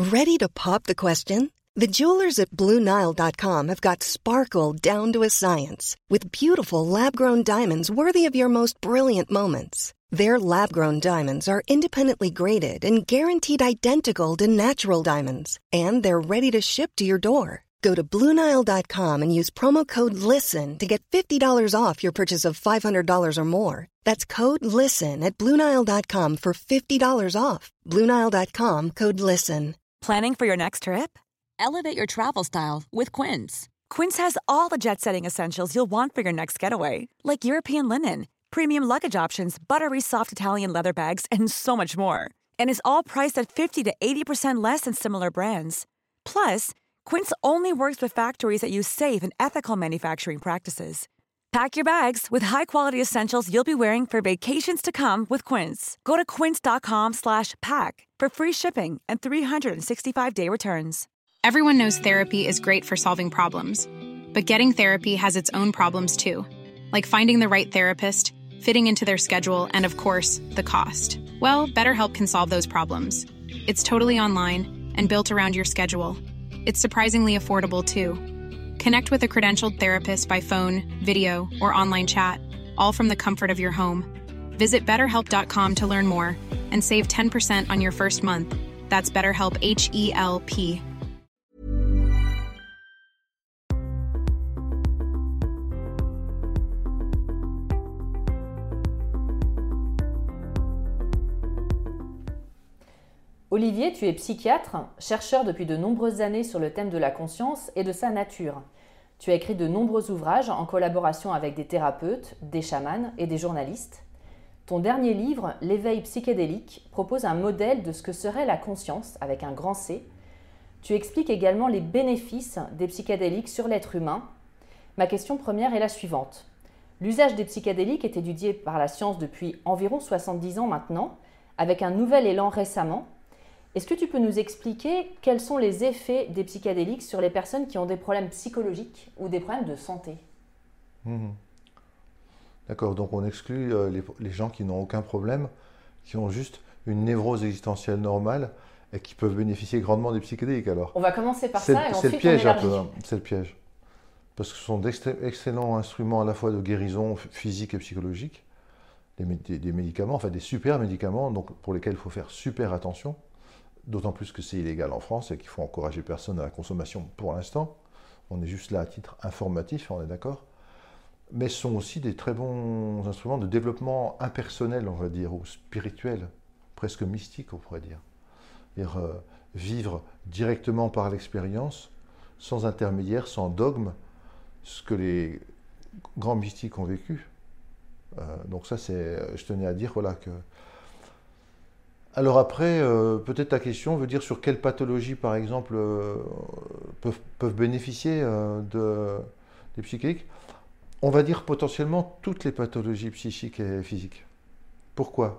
Ready to pop the question? The jewelers at BlueNile.com have got sparkle down to a science with beautiful lab-grown diamonds worthy of your most brilliant moments. Their lab-grown diamonds are independently graded and guaranteed identical to natural diamonds, and they're ready to ship to your door. Go to BlueNile.com and use promo code LISTEN to get $50 off your purchase of $500 or more. That's code LISTEN at BlueNile.com for $50 off. BlueNile.com, code LISTEN. Planning for your next trip? Elevate your travel style with Quince. Quince has all the jet-setting essentials you'll want for your next getaway, like European linen, premium luggage options, buttery soft Italian leather bags, and so much more. And is all priced at 50 to 80% less than similar brands. Plus, Quince only works with factories that use safe and ethical manufacturing practices. Pack your bags with high-quality essentials you'll be wearing for vacations to come with Quince. Go to quince.com/pack for free shipping and 365-day returns. Everyone knows therapy is great for solving problems, but getting therapy has its own problems too, like finding the right therapist, fitting into their schedule, and of course, the cost. Well, BetterHelp can solve those problems. It's totally online and built around your schedule. It's surprisingly affordable too. Connect with a credentialed therapist by phone, video, or online chat, all from the comfort of your home. Visit BetterHelp.com to learn more and save 10% on your first month. That's BetterHelp, H-E-L-P. Olivier, tu es psychiatre, chercheur depuis de nombreuses années sur le thème de la conscience et de sa nature. Tu as écrit de nombreux ouvrages en collaboration avec des thérapeutes, des chamans et des journalistes. Ton dernier livre, L'éveil psychédélique, propose un modèle de ce que serait la conscience, avec un grand C. Tu expliques également les bénéfices des psychédéliques sur l'être humain. Ma question première est la suivante. L'usage des psychédéliques est étudié par la science depuis environ 70 ans maintenant, avec un nouvel élan récemment. Est-ce que tu peux nous expliquer quels sont les effets des psychédéliques sur les personnes qui ont des problèmes psychologiques ou des problèmes de santé ? D'accord, donc on exclut les gens qui n'ont aucun problème, qui ont juste une névrose existentielle normale et qui peuvent bénéficier grandement des psychédéliques alors. On va commencer par ça et ensuite c'est le piège on un peu, élargit. hein, c'est le piège. Parce que ce sont d'excellents instruments à la fois de guérison physique et psychologique, des médicaments, enfin des super médicaments donc pour lesquels il faut faire super attention. D'autant plus que c'est illégal en France et qu'il faut encourager personne à la consommation pour l'instant. On est juste là à titre informatif, on est d'accord. Mais ce sont aussi des très bons instruments de développement impersonnel, on va dire, ou spirituel, presque mystique, on pourrait dire. C'est-à-dire vivre directement par l'expérience, sans intermédiaire, sans dogme, ce que les grands mystiques ont vécu. Donc ça, je tenais à dire voilà, que... Alors après, peut-être ta question veut dire sur quelles pathologies, par exemple, peuvent bénéficier des psychédéliques. On va dire potentiellement toutes les pathologies psychiques et physiques. Pourquoi ?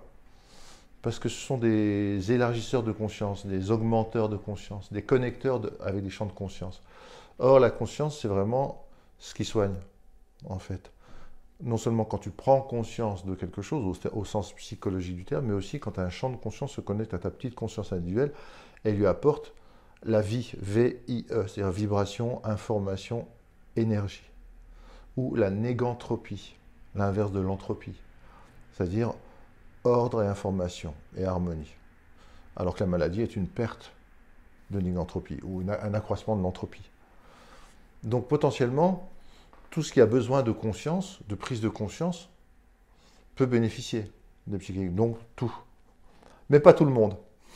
Parce que ce sont des élargisseurs de conscience, des augmenteurs de conscience, des connecteurs avec des champs de conscience. Or, la conscience, c'est vraiment ce qui soigne, en fait. Non seulement quand tu prends conscience de quelque chose, au sens psychologique du terme, mais aussi quand un champ de conscience se connecte à ta petite conscience individuelle et lui apporte la vie, V-I-E, c'est-à-dire vibration, information, énergie. Ou la négantropie, l'inverse de l'entropie, c'est-à-dire ordre et information et harmonie. Alors que la maladie est une perte de négantropie ou un accroissement de l'entropie. Donc potentiellement, tout ce qui a besoin de conscience, de prise de conscience, peut bénéficier des psychédéliques. Donc tout. Mais pas tout le monde.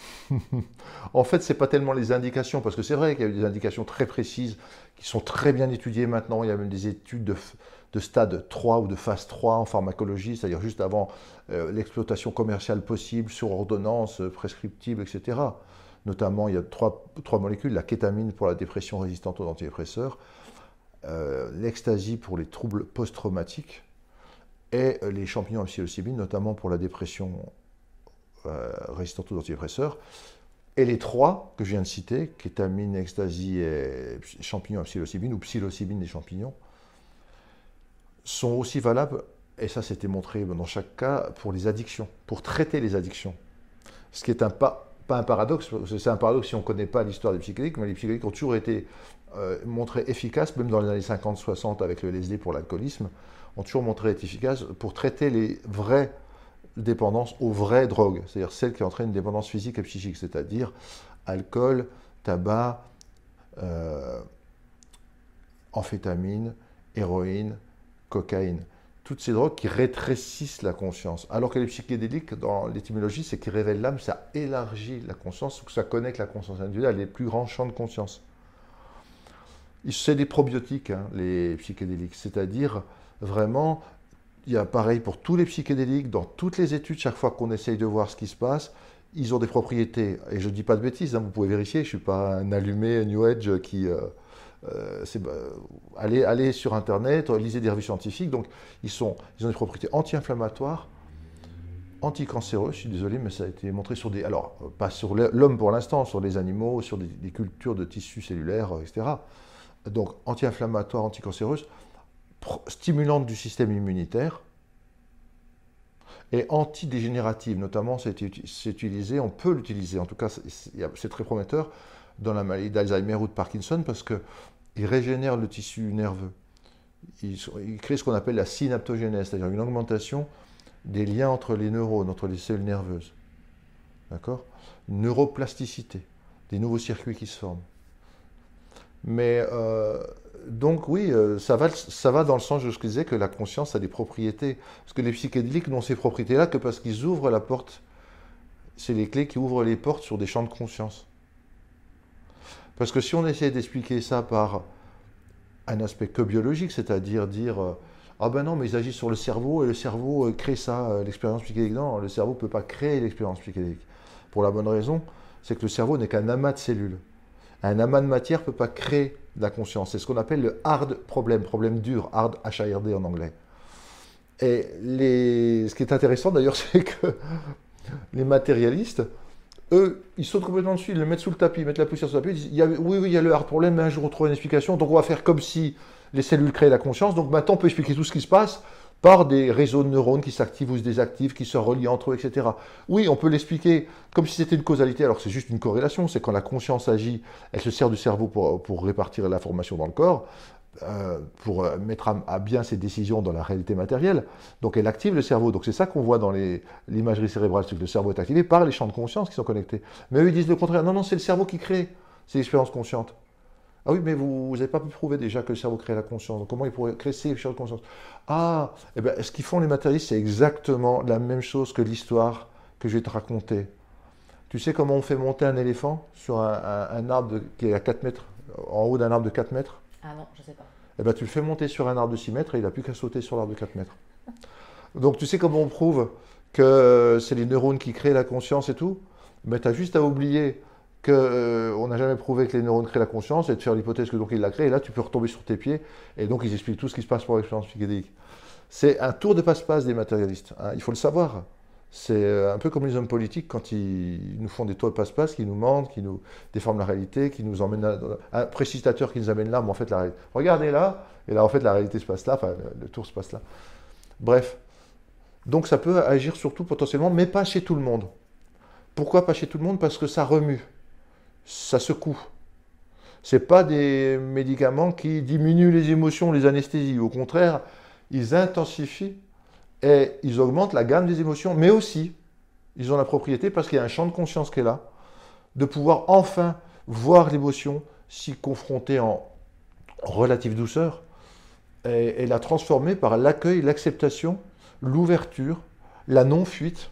En fait, ce n'est pas tellement les indications, parce que c'est vrai qu'il y a des indications très précises qui sont très bien étudiées maintenant. Il y a même des études de stade 3 ou de phase 3 en pharmacologie, c'est-à-dire juste avant l'exploitation commerciale possible, sur ordonnance, prescriptible, etc. Notamment, il y a trois molécules, la kétamine pour la dépression résistante aux antidépresseurs, l'ecstasy pour les troubles post-traumatiques et les champignons en psilocybine, notamment pour la dépression résistante aux antidépresseurs. Et les trois que je viens de citer, kétamine, ecstasy et champignons en psilocybine, ou psilocybine des champignons, sont aussi valables, et ça c'était montré dans chaque cas, pour les addictions, pour traiter les addictions. Ce qui est un pas pas un paradoxe, c'est un paradoxe si on ne connaît pas l'histoire des psychédéliques, mais les psychédéliques ont toujours été montrés efficaces, même dans les années 50-60 avec le LSD pour l'alcoolisme, ont toujours montré être efficaces pour traiter les vraies dépendances aux vraies drogues, c'est-à-dire celles qui entraînent une dépendance physique et psychique, c'est-à-dire alcool, tabac, amphétamine, héroïne, cocaïne. Toutes ces drogues qui rétrécissent la conscience. Alors que les psychédéliques, dans l'étymologie, c'est qu'ils révèlent l'âme, ça élargit la conscience, ça connecte la conscience individuelle à les plus grands champs de conscience. C'est des probiotiques, hein, les psychédéliques, c'est-à-dire vraiment, il y a pareil pour tous les psychédéliques, dans toutes les études, chaque fois qu'on essaye de voir ce qui se passe, ils ont des propriétés, et je ne dis pas de bêtises, hein, vous pouvez vérifier, je ne suis pas un allumé New Age qui... allez sur Internet, lisez des revues scientifiques, donc ils ont des propriétés anti-inflammatoires, anti-cancéreuses, je suis désolé, mais ça a été montré sur des... Alors, pas sur l'homme pour l'instant, sur les animaux, sur des cultures de tissus cellulaires, etc. Donc, anti-inflammatoires, anti-cancéreuses, stimulantes du système immunitaire, et antidégénérative, notamment c'est utilisé, on peut l'utiliser, en tout cas c'est très prometteur dans la maladie d'Alzheimer ou de Parkinson parce qu'il régénère le tissu nerveux. Il crée ce qu'on appelle la synaptogénèse, c'est-à-dire une augmentation des liens entre les neurones, entre les cellules nerveuses. D'accord ? Une neuroplasticité, des nouveaux circuits qui se forment. Mais donc oui, ça va dans le sens de ce que je disais, que la conscience a des propriétés. Parce que les psychédéliques n'ont ces propriétés-là que parce qu'ils ouvrent la porte. C'est les clés qui ouvrent les portes sur des champs de conscience. Parce que si on essaie d'expliquer ça par un aspect que biologique, c'est-à-dire dire ah ben non, mais ils agissent sur le cerveau et le cerveau crée ça, l'expérience psychédélique. Non, le cerveau ne peut pas créer l'expérience psychédélique. Pour la bonne raison, c'est que le cerveau n'est qu'un amas de cellules. Un amas de matière ne peut pas créer de la conscience. C'est ce qu'on appelle le hard problème dur, hard, H-A-R-D en anglais. Et ce qui est intéressant d'ailleurs, c'est que les matérialistes, eux, ils sautent complètement dessus, ils le mettent sous le tapis, ils mettent la poussière sous le tapis, ils disent oui, il y a le hard problème, mais un jour on trouve une explication, donc on va faire comme si les cellules créaient la conscience, donc maintenant on peut expliquer tout ce qui se passe par des réseaux de neurones qui s'activent ou se désactivent, qui se relient entre eux, etc. Oui, on peut l'expliquer comme si c'était une causalité, alors que c'est juste une corrélation, c'est quand la conscience agit, elle se sert du cerveau pour répartir l'information dans le corps, pour mettre à bien ses décisions dans la réalité matérielle. Donc elle active le cerveau. Donc c'est ça qu'on voit dans l'imagerie cérébrale, c'est que le cerveau est activé par les champs de conscience qui sont connectés. Mais eux, ils disent le contraire. Non, c'est le cerveau qui crée ces expériences conscientes. Ah oui, mais vous n'avez pas pu prouver déjà que le cerveau crée la conscience. Donc comment il pourrait créer ces expériences de conscience? Ah, eh bien, ce qu'ils font les matérialistes, c'est exactement la même chose que l'histoire que je vais te raconter. Tu sais comment on fait monter un éléphant sur un arbre qui est à 4 mètres, en haut d'un arbre de 4 mètres? Ah non, je ne sais pas. Eh bien, tu le fais monter sur un arbre de 6 mètres et il n'a plus qu'à sauter sur l'arbre de 4 mètres. Donc, tu sais comment on prouve que c'est les neurones qui créent la conscience et tout? Mais tu as juste à oublier qu'on n'a jamais prouvé que les neurones créent la conscience et de faire l'hypothèse que donc ils la créent. Et là, tu peux retomber sur tes pieds et donc ils expliquent tout ce qui se passe pour l'expérience psychédélique. C'est un tour de passe-passe des matérialistes. Hein, il faut le savoir. C'est un peu comme les hommes politiques quand ils nous font des tours de passe-passe, qui nous mentent, qui nous déforment la réalité, qui nous emmènent un précipitateur qui nous amène là, mais en fait la réalité. Regardez là, et là en fait la réalité se passe là, enfin le tour se passe là. Bref, donc ça peut agir surtout potentiellement, mais pas chez tout le monde. Pourquoi pas chez tout le monde? Parce que ça remue, ça secoue. C'est pas des médicaments qui diminuent les émotions, les anesthésies. Au contraire, ils intensifient et ils augmentent la gamme des émotions, mais aussi, ils ont la propriété, parce qu'il y a un champ de conscience qui est là, de pouvoir enfin voir l'émotion, s'y confronter en relative douceur, et la transformer par l'accueil, l'acceptation, l'ouverture, la non-fuite,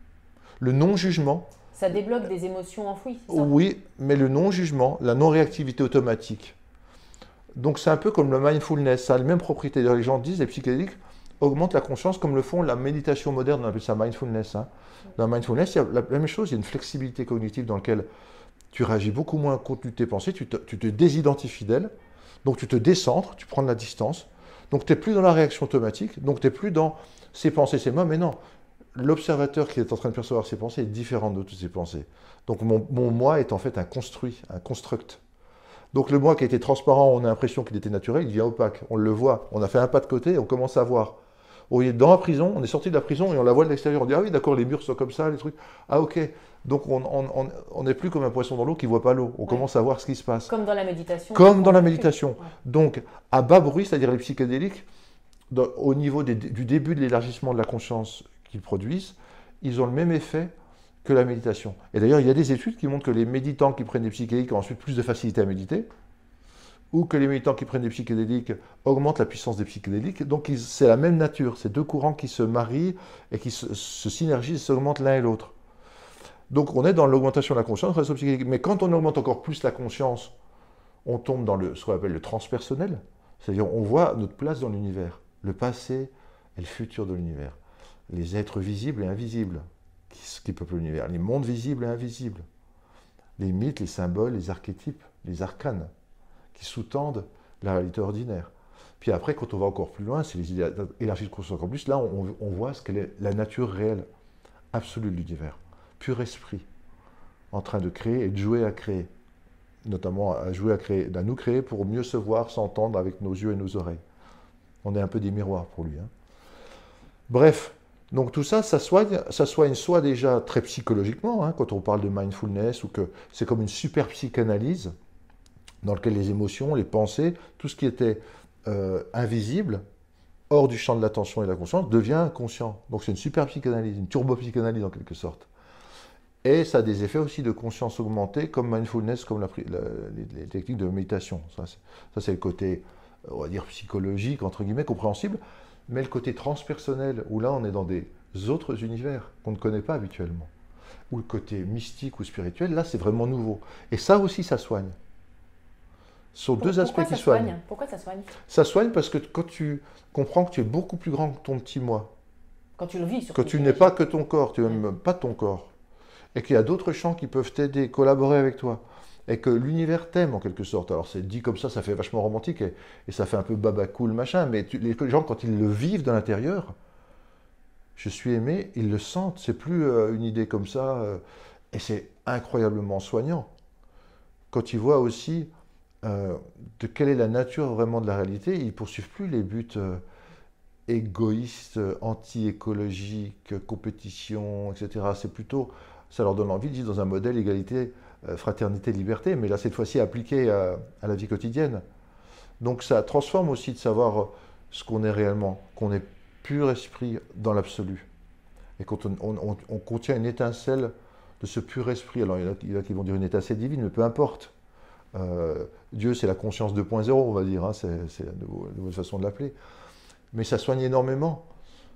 le non-jugement. Ça débloque des émotions enfouies, c'est ça? Oui, mais le non-jugement, la non-réactivité automatique. Donc c'est un peu comme le mindfulness, ça a la même propriété. D'ailleurs, les gens disent, les psychédéliques augmentent la conscience comme le font la méditation moderne, on appelle ça mindfulness. Hein. Dans le mindfulness, il y a la même chose, il y a une flexibilité cognitive dans laquelle tu réagis beaucoup moins au contenu de tes pensées, tu te désidentifies d'elles, donc tu te décentres, tu prends de la distance, donc tu n'es plus dans la réaction automatique, donc tu n'es plus dans ces pensées, ces mots, mais non, l'observateur qui est en train de percevoir ses pensées est différent de toutes ces pensées. Donc mon moi est en fait un construit, un construct. Donc le moi qui a été transparent, on a l'impression qu'il était naturel, il devient opaque, on le voit, on a fait un pas de côté, on commence à voir. On est dans la prison, on est sorti de la prison et on la voit de l'extérieur. On dit, ah oui, d'accord, les murs sont comme ça, les trucs. Ah ok. Donc on n'est plus comme un poisson dans l'eau qui ne voit pas l'eau. On commence à voir ce qui se passe. Comme dans la méditation. Comme dans la méditation. Ouais. Donc, à bas bruit, c'est-à-dire les psychédéliques, au niveau du début de l'élargissement de la conscience qu'ils produisent, ils ont le même effet que la méditation. Et d'ailleurs, il y a des études qui montrent que les méditants qui prennent des psychédéliques ont ensuite plus de facilité à méditer, ou que les méditants qui prennent des psychédéliques augmentent la puissance des psychédéliques. Donc, c'est la même nature. C'est deux courants qui se marient et qui se synergisent, s'augmentent l'un et l'autre. Donc, on est dans l'augmentation de la conscience grâce aux psychédéliques. Mais quand on augmente encore plus la conscience, on tombe dans ce qu'on appelle le transpersonnel. C'est-à-dire, on voit notre place dans l'univers, le passé et le futur de l'univers, les êtres visibles et invisibles qui peuplent l'univers, les mondes visibles et invisibles, les mythes, les symboles, les archétypes, les arcanes qui sous-tendent la réalité ordinaire. Puis après, quand on va encore plus loin, c'est les idées élargies de conscience encore plus, là on voit ce qu'est la nature réelle, absolue de l'univers, pur esprit, en train de créer et de jouer à créer, notamment à jouer à créer, à nous créer pour mieux se voir, s'entendre avec nos yeux et nos oreilles. On est un peu des miroirs pour lui. Hein. Bref, donc tout ça, ça soigne soit déjà très psychologiquement, hein, quand on parle de mindfulness, ou que c'est comme une super psychanalyse, dans laquelle les émotions, les pensées, tout ce qui était invisible, hors du champ de l'attention et de la conscience, devient conscient. Donc c'est une super psychanalyse, une turbo-psychanalyse en quelque sorte. Et ça a des effets aussi de conscience augmentée, comme mindfulness, comme les techniques de méditation. Ça c'est le côté, on va dire, psychologique, entre guillemets, compréhensible. Mais le côté transpersonnel, où là on est dans des autres univers qu'on ne connaît pas habituellement, ou le côté mystique ou spirituel, là c'est vraiment nouveau. Et ça aussi, ça soigne. Ce sont deux aspects qui soignent. Pourquoi ça soigne? Ça soigne parce que quand tu comprends que tu es beaucoup plus grand que ton petit moi, quand tu le vis, surtout. que tu n'es pas que ton corps, tu n'es même pas ton corps, et qu'il y a d'autres champs qui peuvent t'aider, collaborer avec toi, et que l'univers t'aime en quelque sorte. Alors c'est dit comme ça fait vachement romantique, et ça fait un peu baba cool machin, mais les gens quand ils le vivent de l'intérieur, je suis aimé, ils le sentent, c'est plus une idée comme ça, et c'est incroyablement soignant. Quand ils voient aussi de quelle est la nature vraiment de la réalité, ils ne poursuivent plus les buts égoïstes, anti-écologiques, compétition, etc. C'est plutôt, ça leur donne envie de vivre dans un modèle égalité, fraternité, liberté, mais là cette fois-ci appliqué à la vie quotidienne. Donc ça transforme aussi de savoir ce qu'on est réellement, qu'on est pur esprit dans l'absolu. Et quand on contient une étincelle de ce pur esprit, alors il y en a qui vont dire une étincelle divine, mais peu importe. Dieu, c'est la conscience 2.0, on va dire, hein, c'est la nouvelle façon de l'appeler. Mais ça soigne énormément.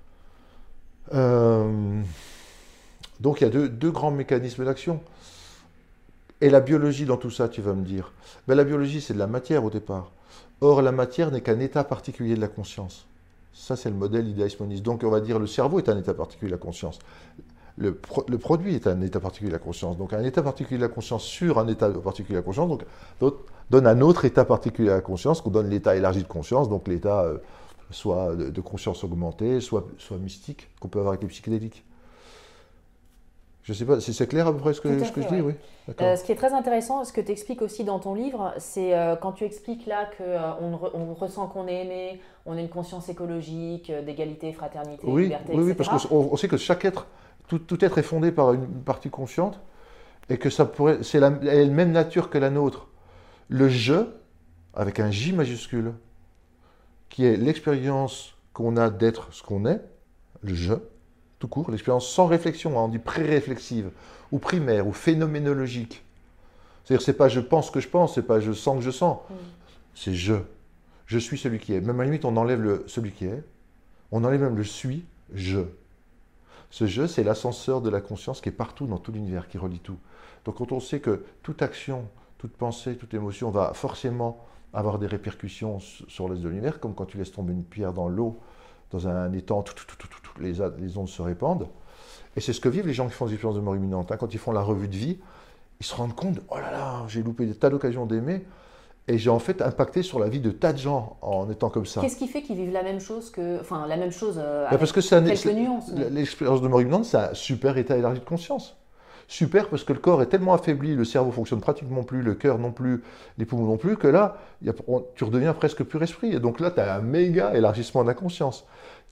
Donc il y a deux grands mécanismes d'action. Et la biologie dans tout ça, tu vas me dire. Ben, la biologie, c'est de la matière au départ. Or, la matière n'est qu'un état particulier de la conscience. Ça, c'est le modèle idéaliste moniste. Donc, on va dire le cerveau est un état particulier de la conscience. Le produit est un état particulier de la conscience. Donc, un état particulier de la conscience sur un état particulier de la conscience donc, donne un autre état particulier de la conscience, qu'on donne l'état élargi de conscience, donc l'état soit de conscience augmentée, soit mystique, qu'on peut avoir avec les psychédéliques. Je ne sais pas, c'est clair à peu près ce que je dis, oui. Ce qui est très intéressant, ce que tu expliques aussi dans ton livre, c'est quand tu expliques là qu'on ressent qu'on est aimé, on a une conscience écologique, d'égalité, fraternité, liberté, etc. Oui, parce qu'on sait que chaque être, tout être est fondé par une partie consciente, et que c'est la même nature que la nôtre. Le « je », avec un « J » majuscule, qui est l'expérience qu'on a d'être ce qu'on est, le « je », tout court, l'expérience sans réflexion, hein, on dit pré-réflexive, ou primaire, ou phénoménologique. C'est-à-dire, c'est pas je pense que je pense, c'est pas je sens que je sens, c'est je. Je suis celui qui est. Même à la limite, on enlève celui qui est, on enlève même le suis, je. Ce je, c'est l'ascenseur de la conscience qui est partout dans tout l'univers, qui relie tout. Donc quand on sait que toute action, toute pensée, toute émotion va forcément avoir des répercussions sur le reste de l'univers, comme quand tu laisses tomber une pierre dans l'eau, dans un étang, les ondes se répandent. Et c'est ce que vivent les gens qui font des expériences de mort imminente. Hein. Quand ils font la revue de vie, ils se rendent compte, oh là là, j'ai loupé des tas d'occasions d'aimer, et j'ai en fait impacté sur la vie de tas de gens en étant comme ça. Qu'est-ce qui fait qu'ils vivent la même chose avec parce que quelques nuances. L'expérience de mort imminente, c'est un super état élargi de conscience. Super parce que le corps est tellement affaibli, le cerveau fonctionne pratiquement plus, le cœur non plus, les poumons non plus, que là, tu redeviens presque pur esprit. Et donc là, tu as un méga élargissement de la conscience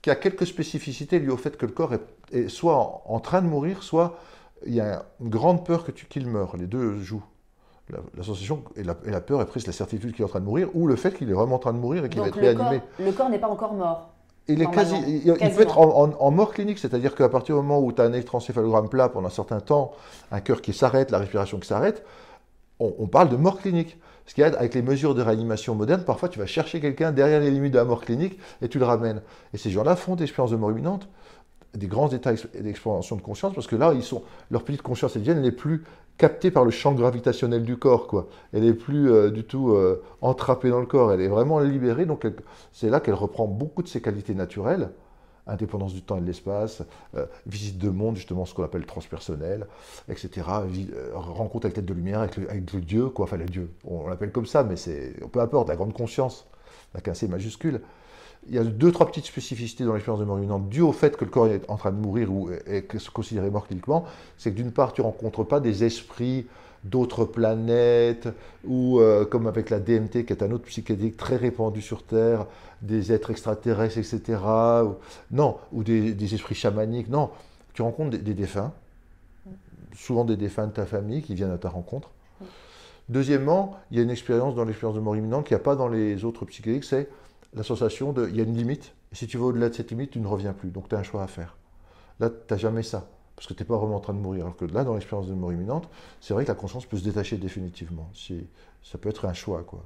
qui a quelques spécificités liées au fait que le corps est soit en train de mourir, soit il y a une grande peur qu'il meure. Les deux jouent. La sensation et la peur est prise, la certitude qu'il est en train de mourir, ou le fait qu'il est vraiment en train de mourir et qu'il va être réanimé. Le corps n'est pas encore mort. Il peut être en mort clinique, c'est-à-dire qu'à partir du moment où tu as un électroencéphalogramme plat pendant un certain temps, un cœur qui s'arrête, la respiration qui s'arrête, on parle de mort clinique. Ce qu'il y a avec les mesures de réanimation modernes, parfois tu vas chercher quelqu'un derrière les limites de la mort clinique et tu le ramènes. Et ces gens-là font des expériences de mort imminente, des grands états d'expansion de conscience, parce que là, leur petite conscience étienne n'est plus captée par le champ gravitationnel du corps, quoi. Elle n'est plus du tout entrappée dans le corps, elle est vraiment libérée, donc c'est là qu'elle reprend beaucoup de ses qualités naturelles, indépendance du temps et de l'espace, visite de monde, justement ce qu'on appelle transpersonnel, etc., rencontre avec l'être de lumière, avec le Dieu, quoi, enfin le Dieu, on l'appelle comme ça, mais peu importe, la grande conscience, avec un C majuscule. Il y a 2-3 petites spécificités dans l'expérience de mort imminente, dues au fait que le corps est en train de mourir ou est considéré mort cliniquement. C'est que d'une part, tu ne rencontres pas des esprits d'autres planètes, ou comme avec la DMT, qui est un autre psychédélique très répandu sur Terre, des êtres extraterrestres, etc. Ou des esprits chamaniques. Non, tu rencontres des défunts, souvent des défunts de ta famille qui viennent à ta rencontre. Deuxièmement, il y a une expérience dans l'expérience de mort imminente qu'il n'y a pas dans les autres psychédéliques, c'est la sensation il y a une limite, et si tu vas au-delà de cette limite, tu ne reviens plus, donc tu as un choix à faire. Là, tu n'as jamais ça, parce que tu n'es pas vraiment en train de mourir, alors que là, dans l'expérience de mort imminente, c'est vrai que la conscience peut se détacher définitivement, ça peut être un choix, quoi.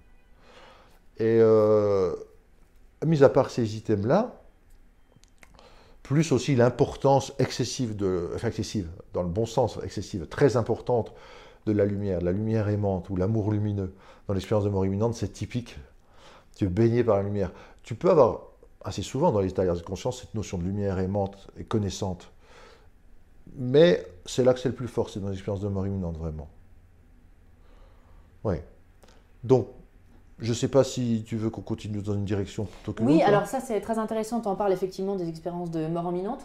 Et mis à part ces items-là, plus aussi l'importance excessive, dans le bon sens, excessive, très importante de la lumière aimante, ou l'amour lumineux, dans l'expérience de mort imminente, c'est typique. Tu es baigné par la lumière. Tu peux avoir assez souvent dans les états de conscience cette notion de lumière aimante et connaissante. Mais c'est là que c'est le plus fort, c'est dans l'expérience de mort imminente, vraiment. Ouais. Donc, je ne sais pas si tu veux qu'on continue dans une direction plutôt que l'autre. Oui, alors ça c'est très intéressant, tu en parles effectivement des expériences de mort imminente.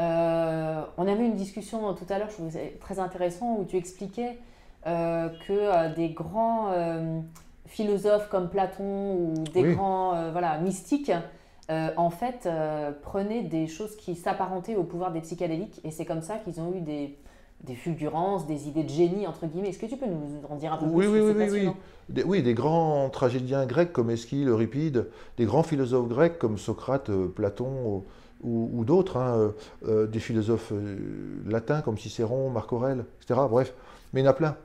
On avait une discussion tout à l'heure, je trouvais très intéressant, où tu expliquais que des grands philosophes comme Platon ou des grands mystiques, en fait, prenaient des choses qui s'apparentaient au pouvoir des psychédéliques, et c'est comme ça qu'ils ont eu des fulgurances, des idées de génie, entre guillemets. Est-ce que tu peux nous en dire un peu plus? Oui, des grands tragédiens grecs comme Eschyle, Euripide, des grands philosophes grecs comme Socrate, Platon ou d'autres, des philosophes latins comme Cicéron, Marc Aurèle, etc. Bref, mais il y en a plein.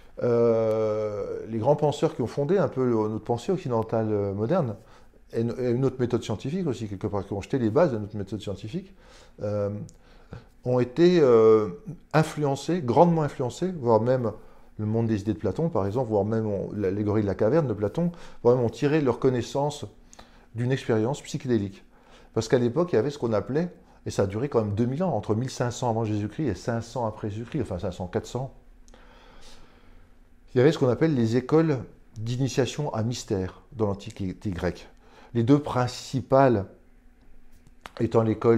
Les grands penseurs qui ont fondé un peu notre pensée occidentale moderne, et une autre méthode scientifique aussi, quelque part, qui ont jeté les bases de notre méthode scientifique, ont été grandement influencés, voire même le monde des idées de Platon, par exemple, voire même l'allégorie de la caverne de Platon, voire même ont tiré leur connaissance d'une expérience psychédélique. Parce qu'à l'époque, il y avait ce qu'on appelait, et ça a duré quand même 2000 ans, entre 1500 avant Jésus-Christ et 500 après Jésus-Christ, enfin 500, 400, il y avait ce qu'on appelle les écoles d'initiation à mystère dans l'Antiquité grecque. Les deux principales étant l'école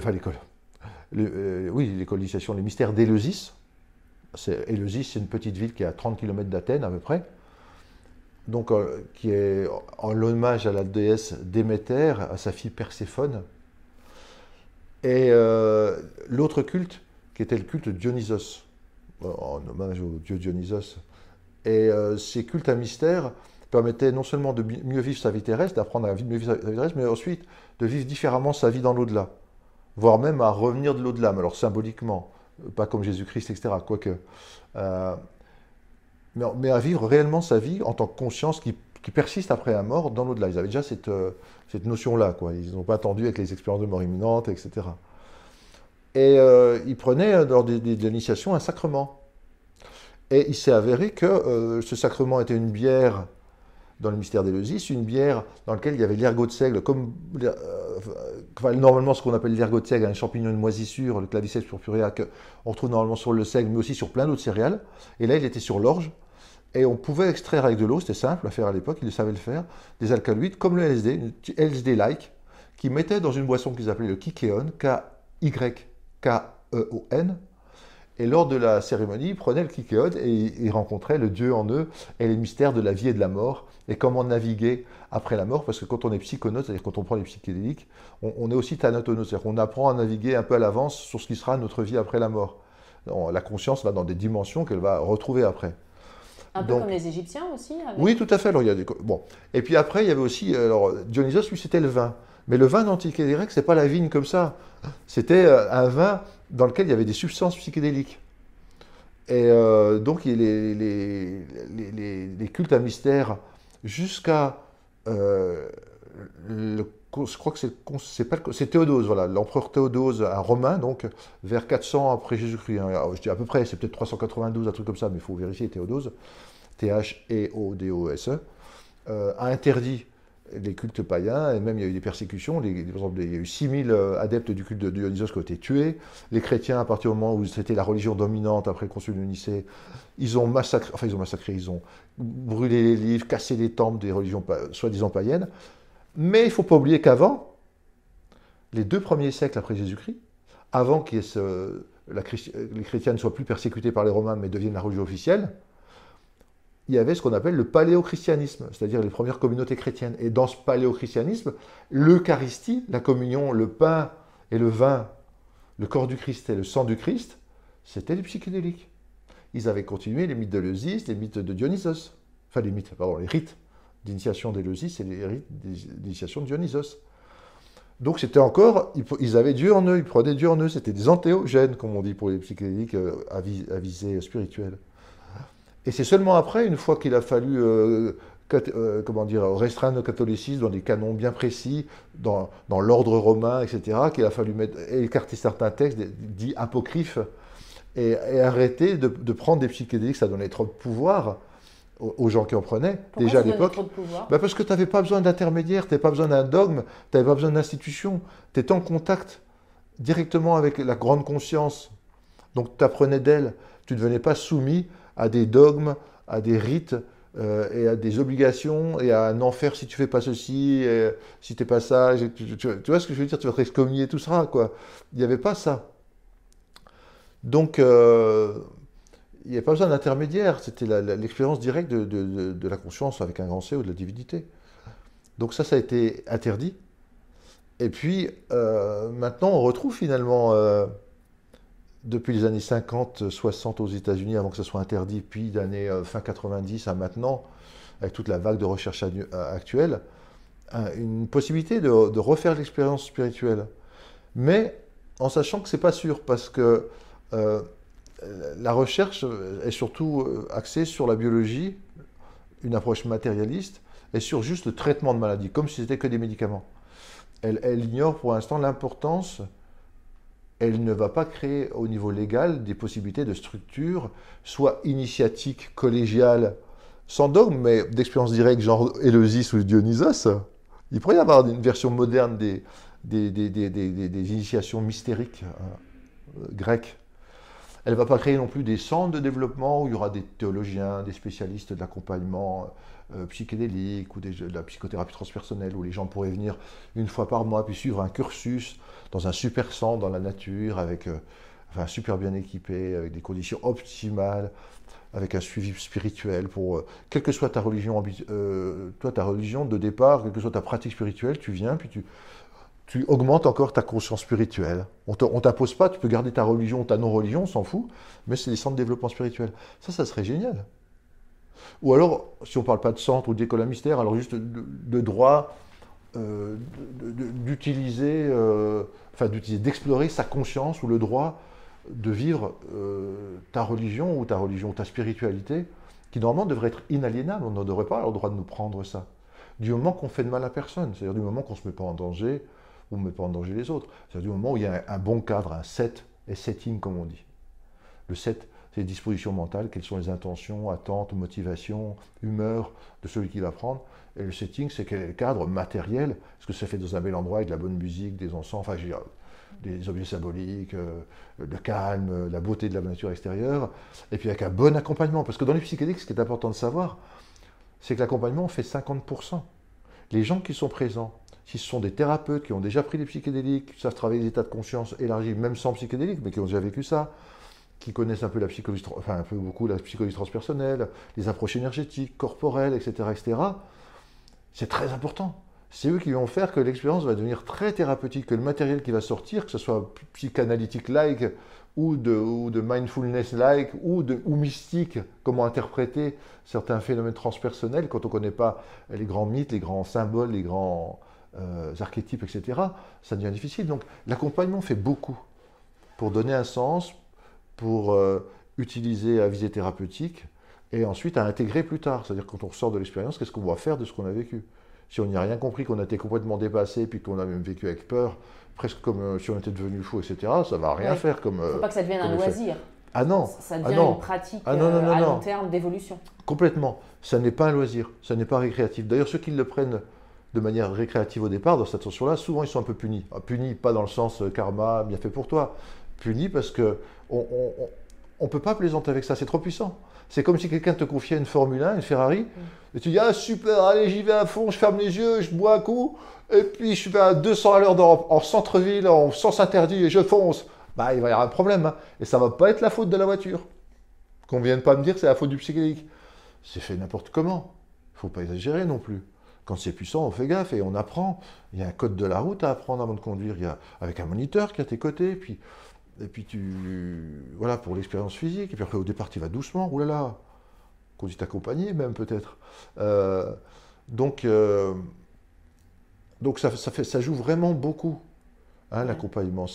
d'initiation, les mystères d'Éleusis. Éleusis, c'est une petite ville qui est à 30 km d'Athènes à peu près, donc qui est en l'hommage à la déesse Déméter, à sa fille Perséphone. Et l'autre culte, qui était le culte de Dionysos, en hommage au dieu Dionysos. Et ces cultes à mystère permettaient non seulement de mieux vivre sa vie terrestre, d'apprendre à mieux vivre sa vie terrestre, mais ensuite de vivre différemment sa vie dans l'au-delà, voire même à revenir de l'au-delà, mais alors symboliquement, pas comme Jésus-Christ, etc., quoique. Mais à vivre réellement sa vie en tant que conscience qui persiste après la mort dans l'au-delà. Ils avaient déjà cette notion-là, quoi. Ils n'ont pas attendu avec les expériences de mort imminente, etc. Et ils prenaient lors de l'initiation un sacrement. Et il s'est avéré que ce sacrement était une bière dans le mystère d'Éleusis, une bière dans laquelle il y avait l'ergot de seigle, comme normalement ce qu'on appelle l'ergot de seigle, un champignon de moisissure, le Claviceps purpurea, qu'on retrouve normalement sur le seigle, mais aussi sur plein d'autres céréales. Et là, il était sur l'orge, et on pouvait extraire avec de l'eau, c'était simple à faire à l'époque, ils savaient le faire, des alcaloïdes, comme le LSD, une LSD-like, qui mettaient dans une boisson qu'ils appelaient le kykéon, K-Y-K-E-O-N, Et lors de la cérémonie, ils prenaient le kykéon et ils rencontraient le Dieu en eux et les mystères de la vie et de la mort et comment naviguer après la mort. Parce que quand on est psychonaute, c'est-à-dire quand on prend les psychédéliques, on est aussi thanatonaute, c'est-à-dire qu'on apprend à naviguer un peu à l'avance sur ce qui sera notre vie après la mort. La conscience va dans des dimensions qu'elle va retrouver après. Un peu comme les Égyptiens aussi avec... Oui, tout à fait. Alors, il y a bon. Et puis après, il y avait aussi, alors, Dionysos, lui, c'était le vin. Mais le vin d'Antiquité grecque, ce n'est pas la vigne comme ça. C'était un vin dans lequel il y avait des substances psychédéliques. Et donc, les cultes à mystère jusqu'à... je crois que c'est Théodose, voilà, l'empereur Théodose, un Romain, donc vers 400 après Jésus-Christ. Hein. Je dis à peu près, c'est peut-être 392, un truc comme ça, mais il faut vérifier, Théodose, Théodose, a interdit les cultes païens, et même il y a eu des persécutions. Par exemple, il y a eu 6000 adeptes du culte de Dionysos qui ont été tués. Les chrétiens, à partir du moment où c'était la religion dominante après le concile de Nicée, ils ont massacré, ils ont brûlé les livres, cassé les temples des religions soi-disant païennes. Mais il ne faut pas oublier qu'avant, les 2 premiers siècles après Jésus-Christ, avant que les chrétiens ne soient plus persécutés par les Romains, mais deviennent la religion officielle, il y avait ce qu'on appelle le paléochristianisme, c'est-à-dire les premières communautés chrétiennes. Et dans ce paléochristianisme, l'Eucharistie, la communion, le pain et le vin, le corps du Christ et le sang du Christ, c'était des psychédéliques. Ils avaient continué les mythes d'Éleusis, les mythes de Dionysos, enfin les rites d'initiation d'Éleusis et les rites d'initiation de Dionysos. Donc c'était encore, ils avaient Dieu en eux, ils prenaient Dieu en eux, c'était des antéogènes, comme on dit pour les psychédéliques à visée spirituelle. Et c'est seulement après, une fois qu'il a fallu restreindre le catholicisme dans des canons bien précis, dans l'ordre romain, etc., qu'il a fallu écarter certains textes dits apocryphes et arrêter de prendre des psychédéliques, ça donnait trop de pouvoir aux gens qui en prenaient. Pourquoi déjà à ça l'époque. trop de pouvoir ? Parce que tu n'avais pas besoin d'intermédiaire, tu n'avais pas besoin d'un dogme, tu n'avais pas besoin d'institution. Tu étais en contact directement avec la grande conscience. Donc tu apprenais d'elle. Tu ne devenais pas soumis à des dogmes, à des rites et à des obligations et à un enfer si tu fais pas ceci, si tu n'es pas ça. Tu vois ce que je veux dire? Tu vas te excommunier, tout ça, quoi. Il n'y avait pas ça. Donc, il n'y avait pas besoin d'intermédiaire. C'était l'expérience directe de la conscience avec un grand C ou de la divinité. Donc ça a été interdit. Et puis, maintenant, on retrouve finalement... depuis les années 50, 60 aux États-Unis, avant que ça soit interdit, puis d'années fin 90 à maintenant, avec toute la vague de recherche actuelle, une possibilité de refaire l'expérience spirituelle. Mais en sachant que ce n'est pas sûr, parce que la recherche est surtout axée sur la biologie, une approche matérialiste, et sur juste le traitement de maladie, comme si c'était que des médicaments. Elle ignore pour l'instant l'importance. Elle ne va pas créer au niveau légal des possibilités de structure, soit initiatique, collégiale, sans dogme, mais d'expérience directe, genre Éleusis ou Dionysos. Il pourrait y avoir une version moderne des initiations mystériques grecques. Elle ne va pas créer non plus des centres de développement où il y aura des théologiens, des spécialistes de l'accompagnement psychédélique ou de la psychothérapie transpersonnelle, où les gens pourraient venir une fois par mois puis suivre un cursus dans un super centre dans la nature, avec super bien équipé, avec des conditions optimales, avec un suivi spirituel pour quelle que soit ta religion, toi ta religion de départ, quelle que soit ta pratique spirituelle, tu viens puis tu augmentes encore ta conscience spirituelle. On ne t'impose pas, tu peux garder ta religion ou ta non-religion, on s'en fout, mais c'est des centres de développement spirituel. Ça serait génial. Ou alors, si on ne parle pas de centre ou d'école à mystère, alors juste de droit d'utiliser, d'explorer sa conscience ou le droit de vivre ta religion ou ta spiritualité, qui normalement devrait être inaliénable. On ne devrait pas avoir le droit de nous prendre ça. Du moment qu'on fait de mal à personne, c'est-à-dire du moment qu'on ne se met pas en danger, ou ne met pas en danger les autres. C'est-à-dire du moment où il y a un bon cadre, un set et setting, comme on dit. Le set, c'est les dispositions mentales, quelles sont les intentions, attentes, motivations, humeurs de celui qui va prendre. Et le setting, c'est quel est le cadre matériel. Est-ce que ça fait dans un bel endroit avec de la bonne musique, des encens, enfin, je veux dire, des objets symboliques, le calme, la beauté de la nature extérieure, et puis avec un bon accompagnement. Parce que dans les psychédéliques, ce qui est important de savoir, c'est que l'accompagnement fait 50%. Les gens qui sont présents, si ce sont des thérapeutes qui ont déjà pris des psychédéliques, qui savent travailler des états de conscience élargis, même sans psychédéliques, mais qui ont déjà vécu ça, qui connaissent un peu la psychologie, enfin un peu beaucoup la psychologie transpersonnelle, les approches énergétiques, corporelles, etc., etc., c'est très important. C'est eux qui vont faire que l'expérience va devenir très thérapeutique, que le matériel qui va sortir, que ce soit psychanalytique-like ou de mindfulness-like ou mystique, comment interpréter certains phénomènes transpersonnels quand on ne connaît pas les grands mythes, les grands symboles, les grands archétypes, etc., ça devient difficile. Donc l'accompagnement fait beaucoup pour donner un sens, pour utiliser à visée thérapeutique et ensuite à intégrer plus tard. C'est-à-dire quand on ressort de l'expérience, qu'est-ce qu'on va faire de ce qu'on a vécu? Si on n'y a rien compris, qu'on a été complètement dépassé, puis qu'on a même vécu avec peur, presque comme si on était devenu fou, etc., ça ne va rien faire comme... Il ne faut pas que ça devienne un loisir. Ah non. Ça devient une pratique à long terme d'évolution. Complètement. Ça n'est pas un loisir, ça n'est pas récréatif. D'ailleurs, ceux qui le prennent de manière récréative au départ, dans cette attention-là, souvent ils sont un peu punis. Punis, pas dans le sens karma, bien fait pour toi. Punis parce qu'on ne peut pas plaisanter avec ça, c'est trop puissant. C'est comme si quelqu'un te confiait une Formule 1, une Ferrari, et tu dis « Ah super, allez j'y vais à fond, je ferme les yeux, je bois un coup, et puis je vais à 200 à l'heure en centre-ville, en sens interdit, et je fonce ». Bah il va y avoir un problème, hein. Et ça ne va pas être la faute de la voiture. Qu'on ne vienne pas me dire que c'est la faute du psychédélique. C'est fait n'importe comment. Il ne faut pas exagérer non plus. Quand c'est puissant, on fait gaffe et on apprend. Il y a un code de la route à apprendre avant de conduire. Il y a, avec un moniteur qui est à tes côtés, et puis voilà, pour l'expérience physique. Et puis après, au départ, tu vas doucement. Ouh là là, conduite accompagnée même peut-être. Donc ça joue vraiment beaucoup, hein, l'accompagnement.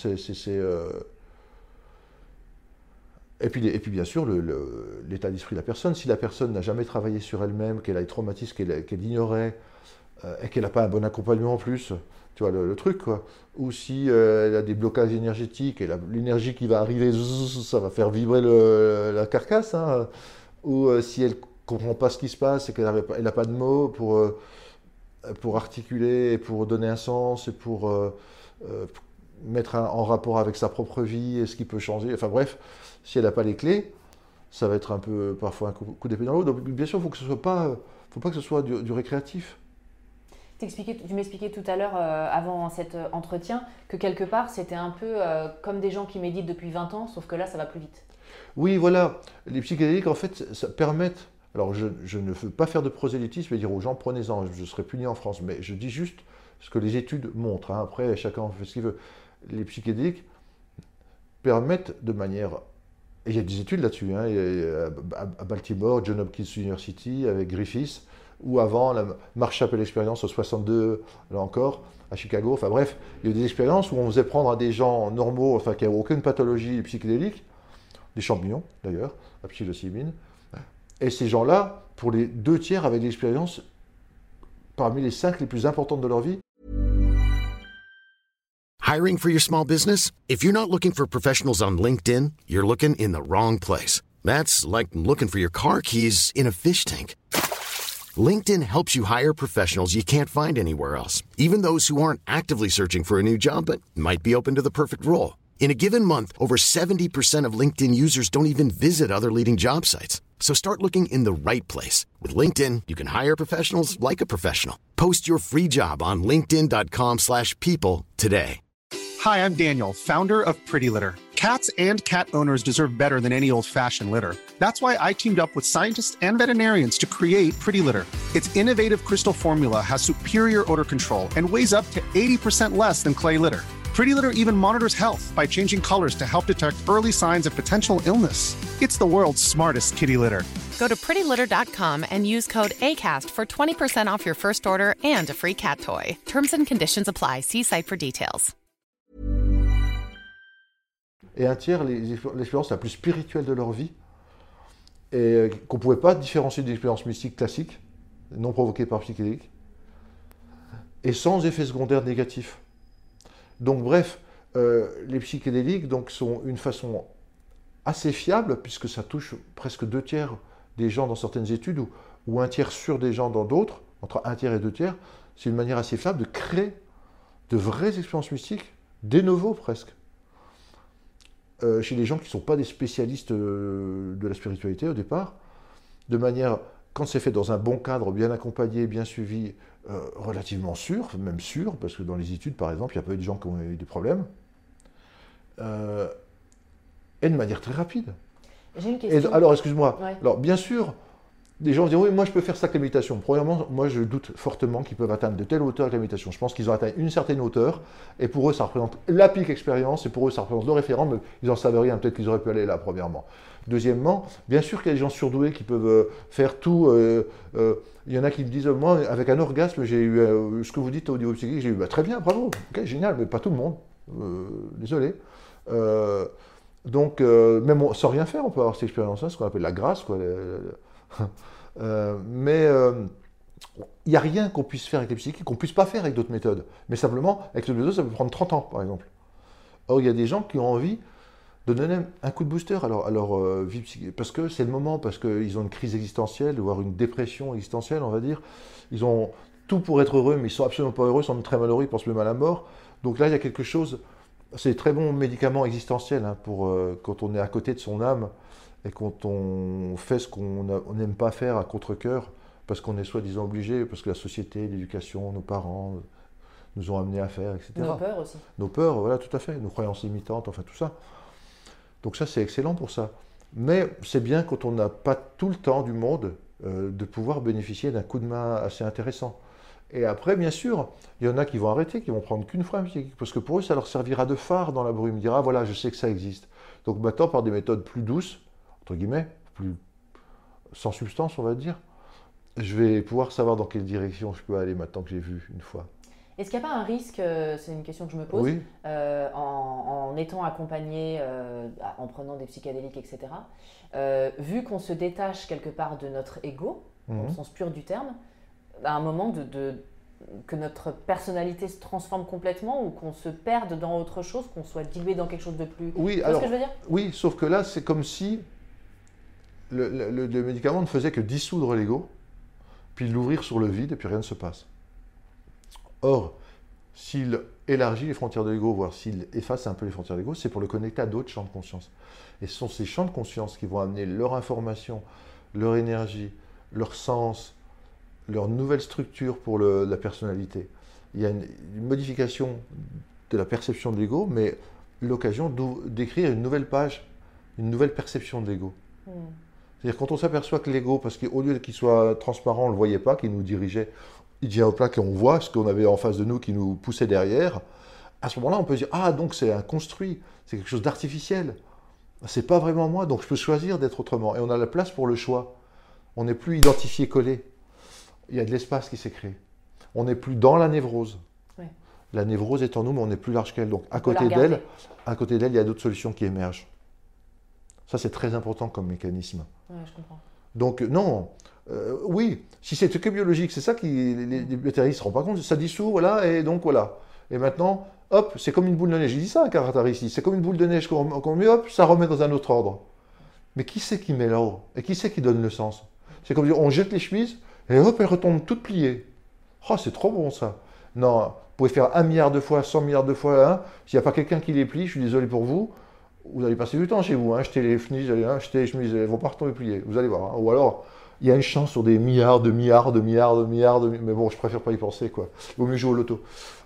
Et puis bien sûr, l'état d'esprit de la personne. Si la personne n'a jamais travaillé sur elle-même, qu'elle a des traumatismes, qu'elle ignorait, et qu'elle n'a pas un bon accompagnement en plus, tu vois le truc, quoi. Ou si elle a des blocages énergétiques, et l'énergie qui va arriver, ça va faire vibrer la carcasse, hein. Ou si elle ne comprend pas ce qui se passe, et qu'elle n'a pas de mots pour articuler, et pour donner un sens, et pour mettre en rapport avec sa propre vie, et ce qui peut changer, enfin bref, si elle n'a pas les clés, ça va être un peu parfois un coup d'épée dans l'eau. Donc bien sûr, il faut pas que ce soit du récréatif. Tu m'expliquais tout à l'heure, avant cet entretien, que quelque part, c'était un peu comme des gens qui méditent depuis 20 ans, sauf que là, ça va plus vite. Oui, voilà. Les psychédéliques, en fait, ça permettent... Alors, je ne veux pas faire de prosélytisme et dire aux gens, prenez-en, je serai puni en France. Mais je dis juste ce que les études montrent, hein. Après, chacun fait ce qu'il veut. Les psychédéliques permettent de manière... Et il y a des études là-dessus, hein. À Baltimore, Johns Hopkins University, avec Griffiths, ou avant la Marshall expérience au 62, là encore, à Chicago. Enfin bref, il y a eu des expériences où on faisait prendre à des gens normaux, enfin qui n'avaient aucune pathologie psychédélique, des champignons d'ailleurs, la psilocybine. Et ces gens-là, pour les 2/3, avaient des expériences parmi les 5 les plus importantes de leur vie. Hiring for your small business? If you're not looking for professionals on LinkedIn, you're looking in the wrong place. That's like looking for your car keys in a fish tank. LinkedIn helps you hire professionals you can't find anywhere else, even those who aren't actively searching for a new job but might be open to the perfect role. In a given month, over 70% of LinkedIn users don't even visit other leading job sites. So start looking in the right place. With LinkedIn, you can hire professionals like a professional. Post your free job on linkedin.com/people today. Hi, I'm Daniel, founder of Pretty Litter. Cats and cat owners deserve better than any old-fashioned litter. That's why I teamed up with scientists and veterinarians to create Pretty Litter. Its innovative crystal formula has superior odor control and weighs up to 80% less than clay litter. Pretty Litter even monitors health by changing colors to help detect early signs of potential illness. It's the world's smartest kitty litter. Go to prettylitter.com and use code ACAST for 20% off your first order and a free cat toy. Terms and conditions apply. See site for details. Et 1/3, l'expérience la plus spirituelle de leur vie, et qu'on ne pouvait pas différencier d'une expérience mystique classique, non provoquée par psychédélique, et sans effet secondaire négatif. Donc bref, les psychédéliques donc, sont une façon assez fiable, puisque ça touche presque 2/3 des gens dans certaines études, ou 1/3 sûr des gens dans d'autres, entre 1/3 et 2/3, c'est une manière assez fiable de créer de vraies expériences mystiques, de novo presque. Chez les gens qui ne sont pas des spécialistes de la spiritualité au départ, de manière, quand c'est fait dans un bon cadre, bien accompagné, bien suivi, relativement sûr, même sûr, parce que dans les études, par exemple, il y a pas eu de gens qui ont eu des problèmes. et de manière très rapide. J'ai une question. Alors, excuse-moi. Ouais. Alors, bien sûr, des gens disent oui, moi je peux faire ça avec la méditation. Premièrement, moi je doute fortement qu'ils peuvent atteindre de telle hauteur avec la méditation. Je pense qu'ils ont atteint une certaine hauteur et pour eux ça représente la pique expérience et pour eux ça représente le référent, mais ils n'en savent rien. Peut-être qu'ils auraient pu aller là, premièrement. Deuxièmement, bien sûr qu'il y a des gens surdoués qui peuvent faire tout. Il y en a qui me disent moi, avec un orgasme, j'ai eu ce que vous dites au niveau psychique, j'ai eu très bien, bravo, ok, génial, mais pas tout le monde. Désolé. Donc, même sans rien faire, on peut avoir cette expérience-là, ce qu'on appelle la grâce, quoi. Mais il n'y a rien qu'on puisse faire avec les psychiques, qu'on ne puisse pas faire avec d'autres méthodes. Mais simplement, avec cette méthode, ça peut prendre 30 ans, par exemple. Or, il y a des gens qui ont envie de donner un coup de booster à leur vie psychique, parce que c'est le moment, parce qu'ils ont une crise existentielle, voire une dépression existentielle, on va dire. Ils ont tout pour être heureux, mais ils ne sont absolument pas heureux, ils sont même très malheureux, ils pensent même à la mort. Donc là, il y a quelque chose, c'est très bon médicament existentiel pour quand on est à côté de son âme, et quand on fait ce qu'on n'aime pas faire à contre-cœur, parce qu'on est soi-disant obligé, parce que la société, l'éducation, nos parents nous ont amenés à faire, etc. Nos peurs aussi. Nos peurs, voilà, tout à fait, nos croyances limitantes, enfin tout ça. Donc ça, c'est excellent pour ça. Mais c'est bien quand on n'a pas tout le temps du monde de pouvoir bénéficier d'un coup de main assez intéressant. Et après, bien sûr, il y en a qui vont arrêter, qui vont prendre qu'une fois un psychique, parce que pour eux, ça leur servira de phare dans la brume. Ils diront, ah voilà, je sais que ça existe. Donc maintenant, par des méthodes plus douces, entre guillemets, plus sans substance, on va dire, je vais pouvoir savoir dans quelle direction je peux aller maintenant que j'ai vu une fois. Est-ce qu'il n'y a pas un risque, c'est une question que je me pose, Oui. en étant accompagné, en prenant des psychédéliques, etc., vu qu'on se détache quelque part de notre ego, dans le sens pur du terme, à un moment que notre personnalité se transforme complètement ou qu'on se perde dans autre chose, qu'on soit dilué dans quelque chose de plus... Oui, tu vois alors, ce que je veux dire? Oui, sauf que là, c'est comme si le médicament ne faisait que dissoudre l'ego, puis l'ouvrir sur le vide, et puis rien ne se passe. Or, s'il élargit les frontières de l'ego, voire s'il efface un peu les frontières de l'ego, c'est pour le connecter à d'autres champs de conscience. Et ce sont ces champs de conscience qui vont amener leur information, leur énergie, leur sens, leur nouvelle structure pour la personnalité. Il y a une modification de la perception de l'ego, mais l'occasion d'écrire une nouvelle page, une nouvelle perception de l'ego. C'est-à-dire quand on s'aperçoit que l'ego, parce qu'au lieu qu'il soit transparent, on ne le voyait pas, qu'il nous dirigeait, il vient au plat et on voit ce qu'on avait en face de nous qui nous poussait derrière, à ce moment-là, on peut se dire « Ah, donc c'est un construit, c'est quelque chose d'artificiel. C'est pas vraiment moi, donc je peux choisir d'être autrement. » Et on a la place pour le choix. On n'est plus identifié, collé. Il y a de l'espace qui s'est créé. On n'est plus dans la névrose. Oui. La névrose est en nous, mais on n'est plus large qu'elle. Donc à côté d'elle, il y a d'autres solutions qui émergent. Ça, c'est très important comme mécanisme. Oui, je comprends. Donc non, oui, si c'est que biologique, c'est ça qui les vétérinaires ne se rendent pas compte, ça dissout, voilà, et donc voilà. Et maintenant, hop, c'est comme une boule de neige. J'ai dit ça à Karatari ici, c'est comme une boule de neige qu'on met, hop, ça remet dans un autre ordre. Mais qui c'est qui met l'ordre? Et qui c'est qui donne le sens? C'est comme dire, on jette les chemises, et hop, elles retombent toutes pliées. Oh, c'est trop bon ça. Non, vous pouvez faire 1 milliard de fois, 100 milliards de fois, hein. S'il n'y a pas quelqu'un qui les plie, je suis désolé pour vous, vous allez passer du temps chez vous, hein, jeter les chemises, jeter les chemises, elles ne vont pas retomber pliées, vous allez voir. Hein. Ou alors, il y a une chance sur des milliards, mais bon, je préfère pas y penser, quoi. Il vaut mieux jouer au loto.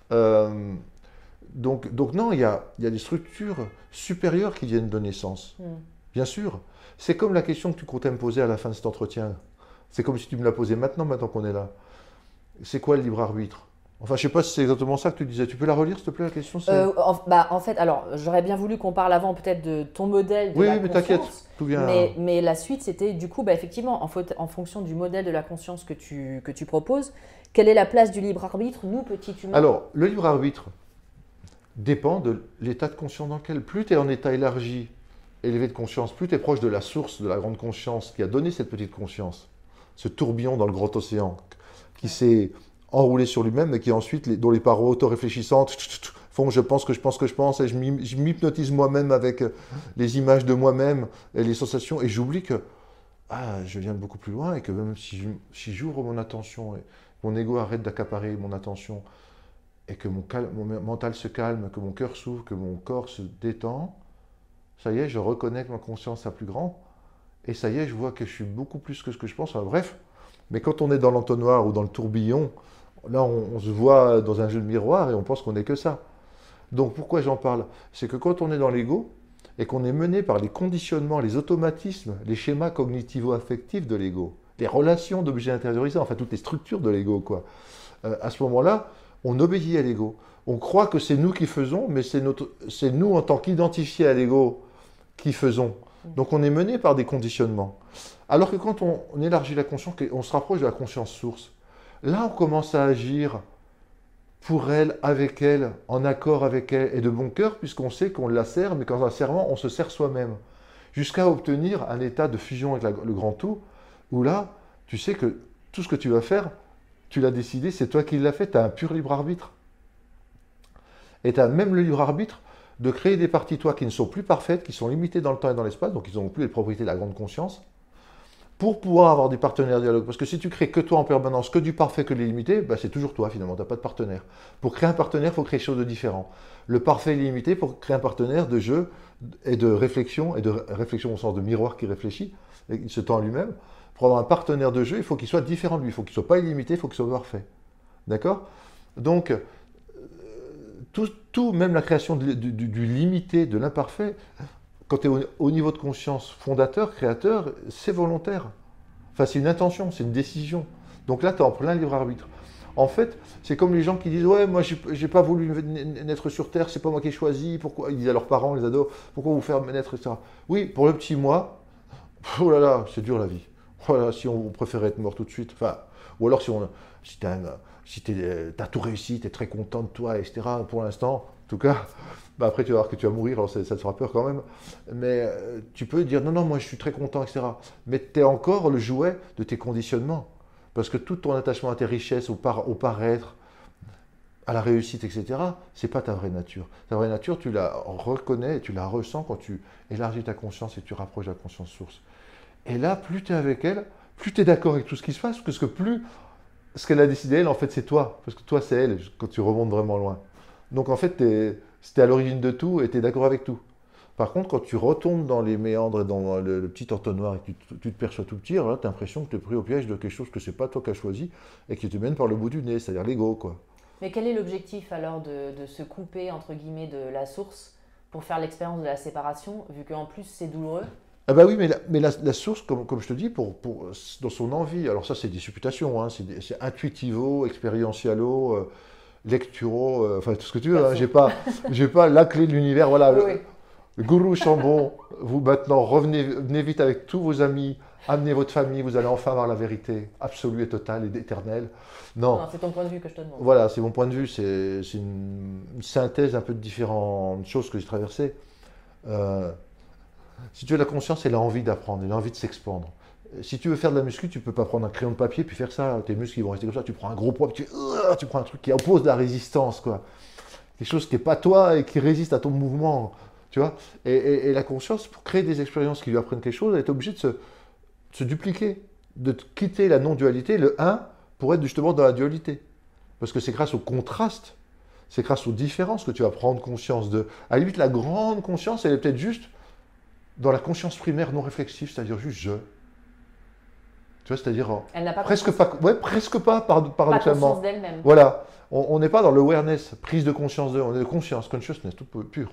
Donc non, il y a des structures supérieures qui viennent donner sens. Bien sûr. C'est comme la question que tu comptais me poser à la fin de cet entretien. C'est comme si tu me la posais maintenant qu'on est là. C'est quoi le libre arbitre? Enfin, je ne sais pas si c'est exactement ça que tu disais. Tu peux la relire, s'il te plaît, la question? En fait, alors, j'aurais bien voulu qu'on parle avant peut-être de ton modèle de la conscience. Oui, mais t'inquiète, tout vient. Mais la suite, c'était du coup, effectivement, en fonction du modèle de la conscience que tu proposes, quelle est la place du libre arbitre, nous, petits humains? Alors, le libre arbitre dépend de l'état de conscience dans lequel, plus tu es en état élargi, élevé de conscience, plus tu es proche de la source de la grande conscience qui a donné cette petite conscience, ce tourbillon dans le grand océan qui s'est enroulé sur lui-même et qui ensuite, dont les parois auto-réfléchissantes font je pense et je m'hypnotise moi-même avec les images de moi-même et les sensations et j'oublie que je viens de beaucoup plus loin et que même si j'ouvre mon attention et mon ego arrête d'accaparer mon attention et que mon mental se calme, que mon cœur s'ouvre, que mon corps se détend, ça y est, je reconnecte ma conscience à plus grand et ça y est, je vois que je suis beaucoup plus que ce que je pense. Enfin, bref, mais quand on est dans l'entonnoir ou dans le tourbillon, là, on se voit dans un jeu de miroir et on pense qu'on n'est que ça. Donc, pourquoi j'en parle? C'est que quand on est dans l'ego, et qu'on est mené par les conditionnements, les automatismes, les schémas cognitivo-affectifs de l'ego, les relations d'objets intériorisés, enfin toutes les structures de l'ego, quoi. À ce moment-là, on obéit à l'ego. On croit que c'est nous qui faisons, mais c'est nous en tant qu'identifiés à l'ego qui faisons. Donc on est mené par des conditionnements. Alors que quand on élargit la conscience, on se rapproche de la conscience source, là on commence à agir pour elle, avec elle, en accord avec elle, et de bon cœur, puisqu'on sait qu'on la sert, mais quand on la servant, on se sert soi-même. Jusqu'à obtenir un état de fusion avec le grand tout, où là, tu sais que tout ce que tu vas faire, tu l'as décidé, c'est toi qui l'as fait, tu as un pur libre arbitre. Et tu as même le libre arbitre de créer des parties, toi, qui ne sont plus parfaites, qui sont limitées dans le temps et dans l'espace, donc ils n'ont plus les propriétés de la grande conscience, pour pouvoir avoir des partenaires dialogue. Parce que si tu crées que toi en permanence, que du parfait, que de l'illimité, bah c'est toujours toi finalement, tu n'as pas de partenaire. Pour créer un partenaire, il faut créer quelque chose de différent. Le parfait et l'illimité, pour créer un partenaire de jeu et de réflexion au sens de miroir qui réfléchit, et il se tend à lui-même. Pour avoir un partenaire de jeu, il faut qu'il soit différent de lui, il faut qu'il ne soit pas illimité, il faut qu'il soit parfait. D'accord? Donc, tout, même la création du limité, de l'imparfait, quand tu es au niveau de conscience fondateur, créateur, c'est volontaire. Enfin, c'est une intention, c'est une décision. Donc là, tu es en plein libre arbitre. En fait, c'est comme les gens qui disent « Ouais, moi, j'ai pas voulu naître sur Terre, c'est pas moi qui ai choisi. » Pourquoi ils disent à leurs parents, les ados, « Pourquoi vous faire naître, etc. » Oui, pour le petit moi, oh là là, c'est dur la vie. Oh là, si on préférait être mort tout de suite. Enfin, ou alors si t'as tout réussi, tu es très content de toi, etc. Pour l'instant, en tout cas, bah après tu vas voir que tu vas mourir, alors ça te fera peur quand même. Mais tu peux dire non, moi je suis très content, etc. Mais tu es encore le jouet de tes conditionnements. Parce que tout ton attachement à tes richesses, au paraître, à la réussite, etc., c'est pas ta vraie nature. Ta vraie nature, tu la reconnais et tu la ressens quand tu élargis ta conscience et tu rapproches de la conscience source. Et là, plus tu es avec elle, plus tu es d'accord avec tout ce qui se passe, parce que plus ce qu'elle a décidé, elle, en fait, c'est toi. Parce que toi, c'est elle, quand tu remontes vraiment loin. Donc, en fait, c'était à l'origine de tout et tu es d'accord avec tout. Par contre, quand tu retombes dans les méandres et dans le petit entonnoir et que tu te perçois tout petit, alors là, tu as l'impression que tu es pris au piège de quelque chose que ce n'est pas toi qui as choisi et qui te mène par le bout du nez, c'est-à-dire l'ego, quoi. Mais quel est l'objectif alors de se couper, entre guillemets, de la source pour faire l'expérience de la séparation, vu qu'en plus c'est douloureux? Ah bah oui, mais la source, comme je te dis, dans son envie, alors ça c'est des supputations, hein, c'est intuitivo, expérientialo, lecturo, enfin tout ce que tu veux, hein, j'ai pas la clé de l'univers, voilà, oui. Le gourou Chambon, vous maintenant venez vite avec tous vos amis, amenez votre famille, vous allez enfin avoir la vérité absolue et totale et éternelle. Non, c'est ton point de vue que je te demande. Voilà, c'est mon point de vue, c'est une synthèse un peu de différentes choses que j'ai traversées. Si tu as la conscience, elle a envie d'apprendre, elle a envie de s'expandre. Si tu veux faire de la muscu, tu ne peux pas prendre un crayon de papier puis faire ça, tes muscles ils vont rester comme ça, tu prends un gros poids, tu prends un truc qui oppose de la résistance, quoi. Quelque chose qui n'est pas toi et qui résiste à ton mouvement, tu vois. Et la conscience, pour créer des expériences qui lui apprennent quelque chose, elle est obligée de se dupliquer, de quitter la non-dualité, le 1, pour être justement dans la dualité. Parce que c'est grâce au contraste, c'est grâce aux différences que tu vas prendre conscience de. À la limite, la grande conscience, elle est peut-être juste dans la conscience primaire non réflexive, c'est-à-dire juste je. Tu vois, c'est-à-dire elle n'a pas presque pas paradoxalement. Pas conscience d'elle-même. Voilà, on n'est pas dans l'awareness, prise de conscience de, on est de conscience, consciousness, tout pur.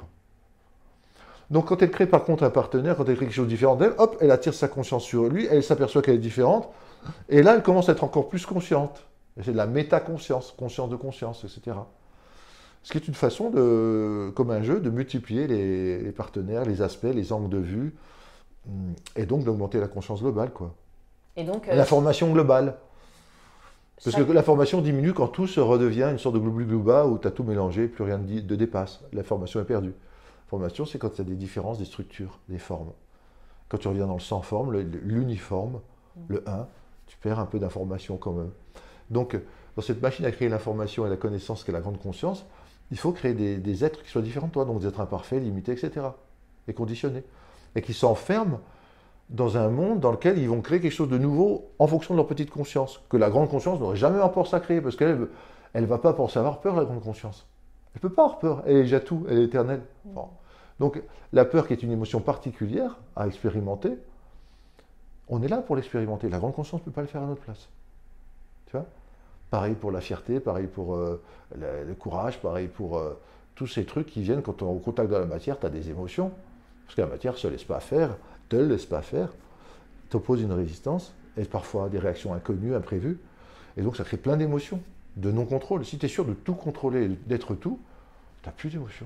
Donc quand elle crée par contre un partenaire, quand elle crée quelque chose de différent d'elle, hop, elle attire sa conscience sur lui, elle s'aperçoit qu'elle est différente, et là elle commence à être encore plus consciente. Et c'est de la métaconscience, conscience de conscience, etc. Ce qui est une façon, comme un jeu, de multiplier les partenaires, les aspects, les angles de vue, et donc d'augmenter la conscience globale, quoi. Et donc, l'information globale. Parce que l'information diminue quand tout se redevient une sorte de gloobie-gloobah où tu as tout mélangé, plus rien de dépasse. L'information est perdue. L'information, c'est quand il y a des différences, des structures, des formes. Quand tu reviens dans le sans-forme, l'uniforme, le 1, tu perds un peu d'information quand même. Donc, dans cette machine à créer l'information et la connaissance qu'est la grande conscience, il faut créer des êtres qui soient différents de toi, donc des êtres imparfaits, limités, etc. Et conditionnés. Et qui s'enferment dans un monde dans lequel ils vont créer quelque chose de nouveau en fonction de leur petite conscience, que la grande conscience n'aurait jamais en force à créer, parce qu'elle ne va pas penser avoir peur, la grande conscience. Elle ne peut pas avoir peur, elle est déjà tout, elle est éternelle. Bon. Donc la peur qui est une émotion particulière à expérimenter, on est là pour l'expérimenter. La grande conscience ne peut pas le faire à notre place. Tu vois ? Pareil pour la fierté, pareil pour le courage, pareil pour tous ces trucs qui viennent quand on est au contact de la matière, tu as des émotions. Parce que la matière ne se laisse pas faire, te laisse pas faire, t'oppose une résistance, et parfois des réactions inconnues, imprévues. Et donc ça crée plein d'émotions, de non-contrôle. Si tu es sûr de tout contrôler, d'être tout, tu n'as plus d'émotion.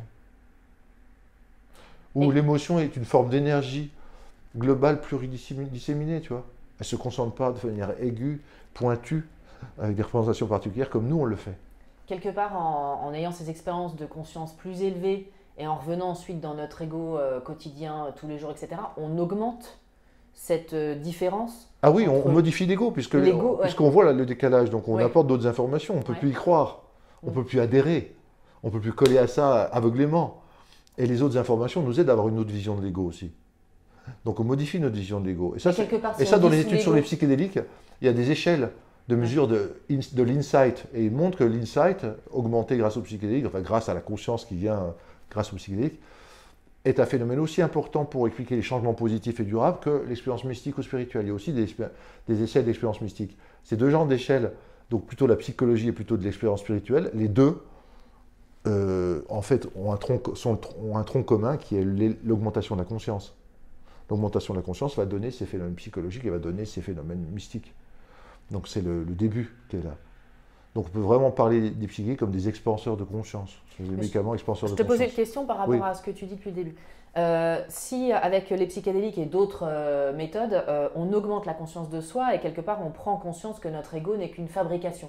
Ou l'émotion est une forme d'énergie globale pluridisséminée, tu vois. Elle ne se concentre pas de manière aiguë, pointue, avec des représentations particulières comme nous on le fait. Quelque part, en ayant ces expériences de conscience plus élevées et en revenant ensuite dans notre ego quotidien, tous les jours, etc., on augmente cette différence. Ah oui, on modifie l'ego, puisqu'on voit là, le décalage, donc on apporte d'autres informations, on ne peut plus y croire, on ne peut plus adhérer, on ne peut plus coller à ça aveuglément. Et les autres informations nous aident à avoir une autre vision de l'ego aussi. Donc on modifie notre vision de l'ego. Et ça, dans les études sur les psychédéliques, il y a des échelles de mesure de l'insight. Et ils montrent que l'insight, augmenté grâce au psychédélique, enfin grâce à la conscience qui vient grâce au psychédélique, est un phénomène aussi important pour expliquer les changements positifs et durables que l'expérience mystique ou spirituelle. Il y a aussi des échelles d'expérience mystique. Ces deux genres d'échelles, donc plutôt la psychologie et plutôt de l'expérience spirituelle, les deux, en fait, ont un tronc commun qui est l'augmentation de la conscience. L'augmentation de la conscience va donner ces phénomènes psychologiques et va donner ces phénomènes mystiques. Donc c'est le début qui est là. Donc on peut vraiment parler des psychiques comme des expanseurs de conscience. Des médicaments expanseurs de conscience. Je te posais une question par rapport à ce que tu dis depuis le début. Si avec les psychédéliques et d'autres méthodes, on augmente la conscience de soi et quelque part on prend conscience que notre ego n'est qu'une fabrication.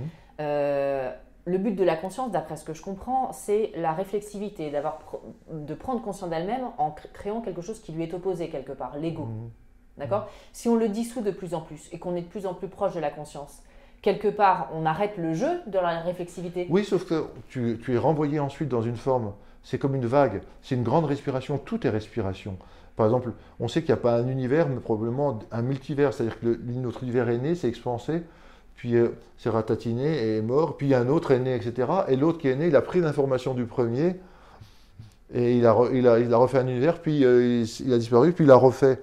Le but de la conscience, d'après ce que je comprends, c'est la réflexivité, de prendre conscience d'elle-même en créant quelque chose qui lui est opposé quelque part, l'ego. D'accord ? Si on le dissout de plus en plus et qu'on est de plus en plus proche de la conscience, quelque part, on arrête le jeu de la réflexivité. Oui, sauf que tu es renvoyé ensuite dans une forme. C'est comme une vague. C'est une grande respiration. Tout est respiration. Par exemple, on sait qu'il n'y a pas un univers, mais probablement un multivers. C'est-à-dire que notre univers est né, c'est expansé, puis c'est ratatiné et est mort, puis un autre est né, etc. Et l'autre qui est né, il a pris l'information du premier, et il a refait un univers, puis il a disparu, puis il a refait.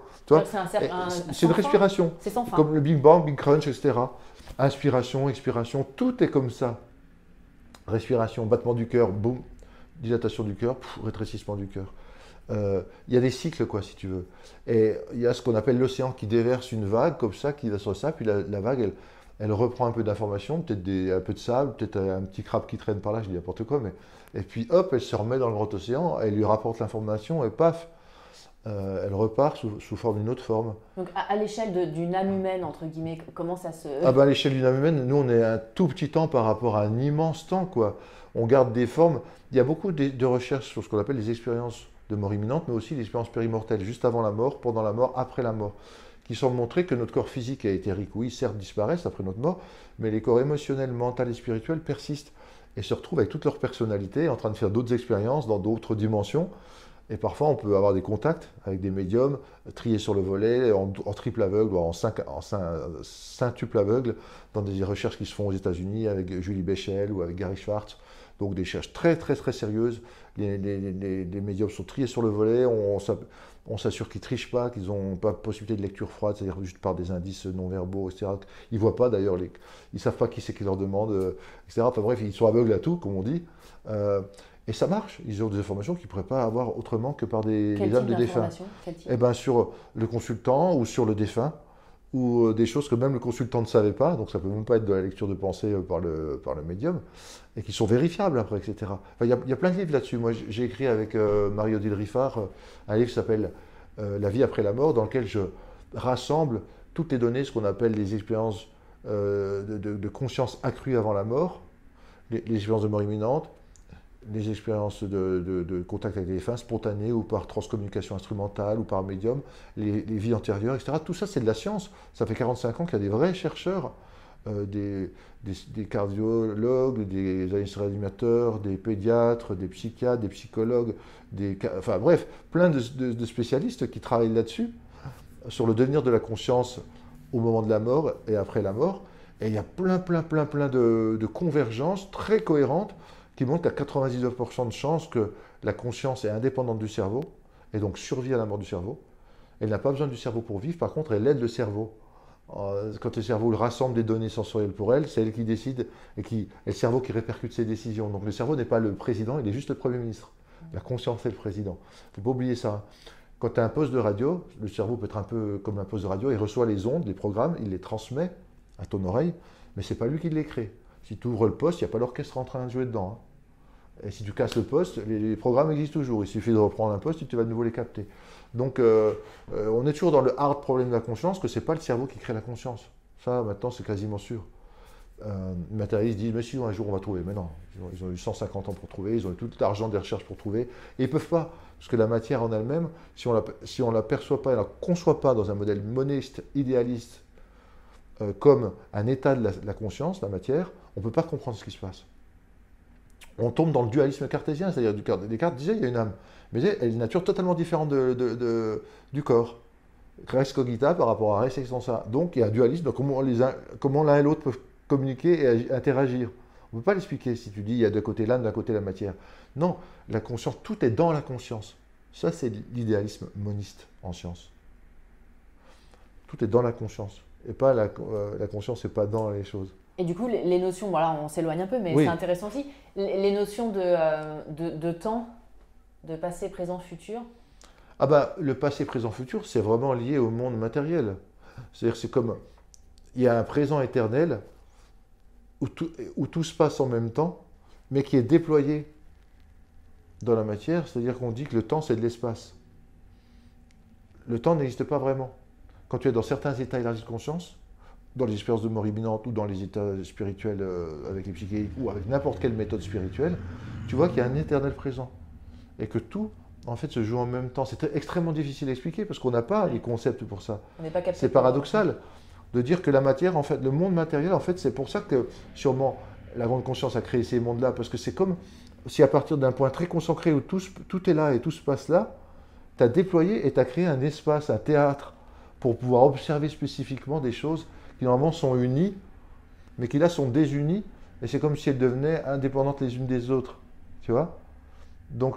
C'est une respiration. C'est sans fin. Comme le Big Bang, Big Crunch, etc. Inspiration, expiration, tout est comme ça. Respiration, battement du cœur, boum, dilatation du cœur, rétrécissement du cœur. Il y a des cycles, quoi, si tu veux. Et il y a ce qu'on appelle l'océan qui déverse une vague comme ça, qui va sur ça, puis la vague, elle reprend un peu d'informations, peut-être un peu de sable, peut-être un petit crabe qui traîne par là, je dis n'importe quoi, mais... Et puis hop, elle se remet dans le grand océan, elle lui rapporte l'information, et paf, elle repart sous forme d'une autre forme. Donc à l'échelle d'une âme humaine, entre guillemets, comment ça se... À l'échelle d'une âme humaine, nous on est un tout petit temps par rapport à un immense temps, quoi. On garde des formes. Il y a beaucoup de recherches sur ce qu'on appelle les expériences de mort imminente, mais aussi les expériences périmortelles, juste avant la mort, pendant la mort, après la mort, qui semblent montrer que notre corps physique et éthérique, oui, certes disparaissent après notre mort, mais les corps émotionnels, mentaux et spirituels persistent et se retrouvent avec toute leur personnalité, en train de faire d'autres expériences dans d'autres dimensions. Et parfois, on peut avoir des contacts avec des médiums triés sur le volet, en triple aveugle, ou en cintuple aveugle, dans des recherches qui se font aux États-Unis avec Julie Béchel ou avec Gary Schwartz. Donc des recherches très, très, très sérieuses. Les médiums sont triés sur le volet, on s'assure qu'ils ne trichent pas, qu'ils n'ont pas possibilité de lecture froide, c'est-à-dire juste par des indices non-verbaux, etc. Ils ne voient pas d'ailleurs, ils ne savent pas qui c'est qui leur demande, etc. Enfin bref, ils sont aveugles à tout, comme on dit. Et ça marche, ils ont des informations qu'ils ne pourraient pas avoir autrement que par des âmes de défunts. Eh bien, sur le consultant ou sur le défunt, ou des choses que même le consultant ne savait pas, donc ça ne peut même pas être de la lecture de pensée par le médium, et qui sont vérifiables après, etc. Enfin, il y a plein de livres là-dessus. Moi, j'ai écrit avec Marie-Odile Riffard un livre qui s'appelle La vie après la mort, dans lequel je rassemble toutes les données, ce qu'on appelle les expériences de conscience accrue avant la mort, les expériences de mort imminente, les expériences de contact avec les défunts spontanées ou par transcommunication instrumentale ou par médium, les vies antérieures, etc. Tout ça, c'est de la science. Ça fait 45 ans qu'il y a des vrais chercheurs, des cardiologues, des animateurs, des pédiatres, des psychiatres, des psychologues, enfin bref, plein de spécialistes qui travaillent là-dessus, sur le devenir de la conscience au moment de la mort et après la mort. Et il y a plein de convergences très cohérentes qui montre qu'à 99% de chances que la conscience est indépendante du cerveau, et donc survit à la mort du cerveau. Elle n'a pas besoin du cerveau pour vivre, par contre, elle aide le cerveau. Quand le cerveau rassemble des données sensorielles pour elle, c'est elle qui décide, et le cerveau qui répercute ses décisions. Donc le cerveau n'est pas le président, il est juste le Premier ministre. La conscience est le président. Il ne faut pas oublier ça. Quand tu as un poste de radio, le cerveau peut être un peu comme un poste de radio, il reçoit les ondes, les programmes, il les transmet à ton oreille, mais ce n'est pas lui qui les crée. Si tu ouvres le poste, il n'y a pas l'orchestre en train de jouer dedans. Hein. Et si tu casses le poste, les programmes existent toujours. Il suffit de reprendre un poste et tu vas de nouveau les capter. Donc on est toujours dans le hard problème de la conscience, que ce n'est pas le cerveau qui crée la conscience. Ça, maintenant, c'est quasiment sûr. Les matérialistes disent, mais si, un jour on va trouver. Mais non, ils ont eu 150 ans pour trouver, ils ont eu tout l'argent des recherches pour trouver, et ils ne peuvent pas. Parce que la matière en elle-même, si on ne la perçoit pas, et ne la conçoit pas dans un modèle moniste, idéaliste, comme un état de la conscience, la matière, on ne peut pas comprendre ce qui se passe. On tombe dans le dualisme cartésien, c'est-à-dire Descartes disait il y a une âme, mais il y a une nature totalement différente du corps. Res cogita par rapport à res extensa. Donc il y a un dualisme, donc comment l'un et l'autre peuvent communiquer et interagir. On ne peut pas l'expliquer si tu dis il y a d'un côté l'âme, d'un côté la matière. Non, la conscience, tout est dans la conscience. Ça, c'est l'idéalisme moniste en science. Tout est dans la conscience. Et pas la conscience n'est pas dans les choses. Et du coup, les notions, voilà, on s'éloigne un peu, mais oui. C'est intéressant aussi. Les notions de temps, de passé, présent, futur. Ah ben, le passé, présent, futur, c'est vraiment lié au monde matériel. C'est-à-dire c'est comme, il y a un présent éternel où tout se passe en même temps, mais qui est déployé dans la matière, c'est-à-dire qu'on dit que le temps, c'est de l'espace. Le temps n'existe pas vraiment. Quand tu es dans certains états élargis de conscience, dans les expériences de mort imminente ou dans les états spirituels avec les psychédéliques ou avec n'importe quelle méthode spirituelle, tu vois qu'il y a un éternel présent. Et que tout, en fait, se joue en même temps. C'est extrêmement difficile à expliquer parce qu'on n'a pas les concepts pour ça. C'est paradoxal de dire que la matière, en fait, le monde matériel, en fait, c'est pour ça que sûrement la grande conscience a créé ces mondes-là, parce que c'est comme si à partir d'un point très concentré où tout est là et tout se passe là, tu as déployé et tu as créé un espace, un théâtre, pour pouvoir observer spécifiquement des choses qui normalement sont unies, mais qui là sont désunies, et c'est comme si elles devenaient indépendantes les unes des autres. Tu vois ? Donc,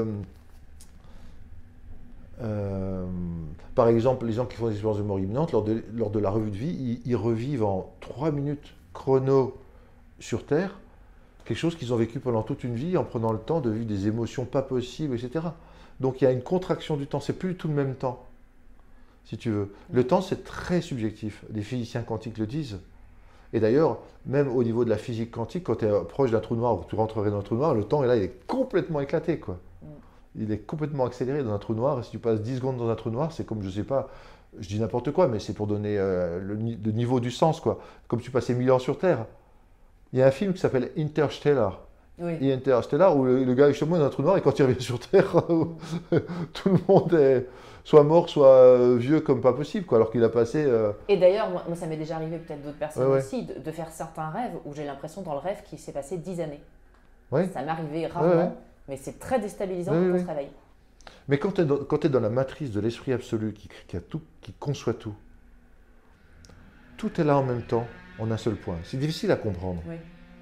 par exemple, les gens qui font des expériences de mort imminente, lors de la revue de vie, ils revivent en 3 minutes chrono sur Terre, quelque chose qu'ils ont vécu pendant toute une vie en prenant le temps de vivre des émotions pas possibles, etc. Donc il y a une contraction du temps, c'est plus tout le même temps, si tu veux. Le temps, c'est très subjectif, les physiciens quantiques le disent. Et d'ailleurs, même au niveau de la physique quantique, quand tu es proche d'un trou noir ou que tu rentrerais dans un trou noir, le temps, il est complètement éclaté, quoi. Il est complètement accéléré dans un trou noir. Et si tu passes 10 secondes dans un trou noir, c'est comme, je sais pas, je dis n'importe quoi, mais c'est pour donner le niveau du sens, quoi. Comme tu passais 1000 ans sur Terre. Il y a un film qui s'appelle Interstellar. Oui. Et Interstellar, où le gars est justement dans un trou noir, et quand il revient sur Terre, tout le monde est soit mort, soit vieux comme pas possible, quoi, alors qu'il a passé... Et d'ailleurs, moi, ça m'est déjà arrivé, peut-être d'autres personnes aussi, de faire certains rêves où j'ai l'impression dans le rêve qu'il s'est passé 10 années. Oui. Ça m'est arrivé rarement, mais c'est très déstabilisant quand on se réveille. Mais quand tu es dans la matrice de l'esprit absolu, qui a tout, qui conçoit tout est là en même temps, en un seul point. C'est difficile à comprendre. Oui.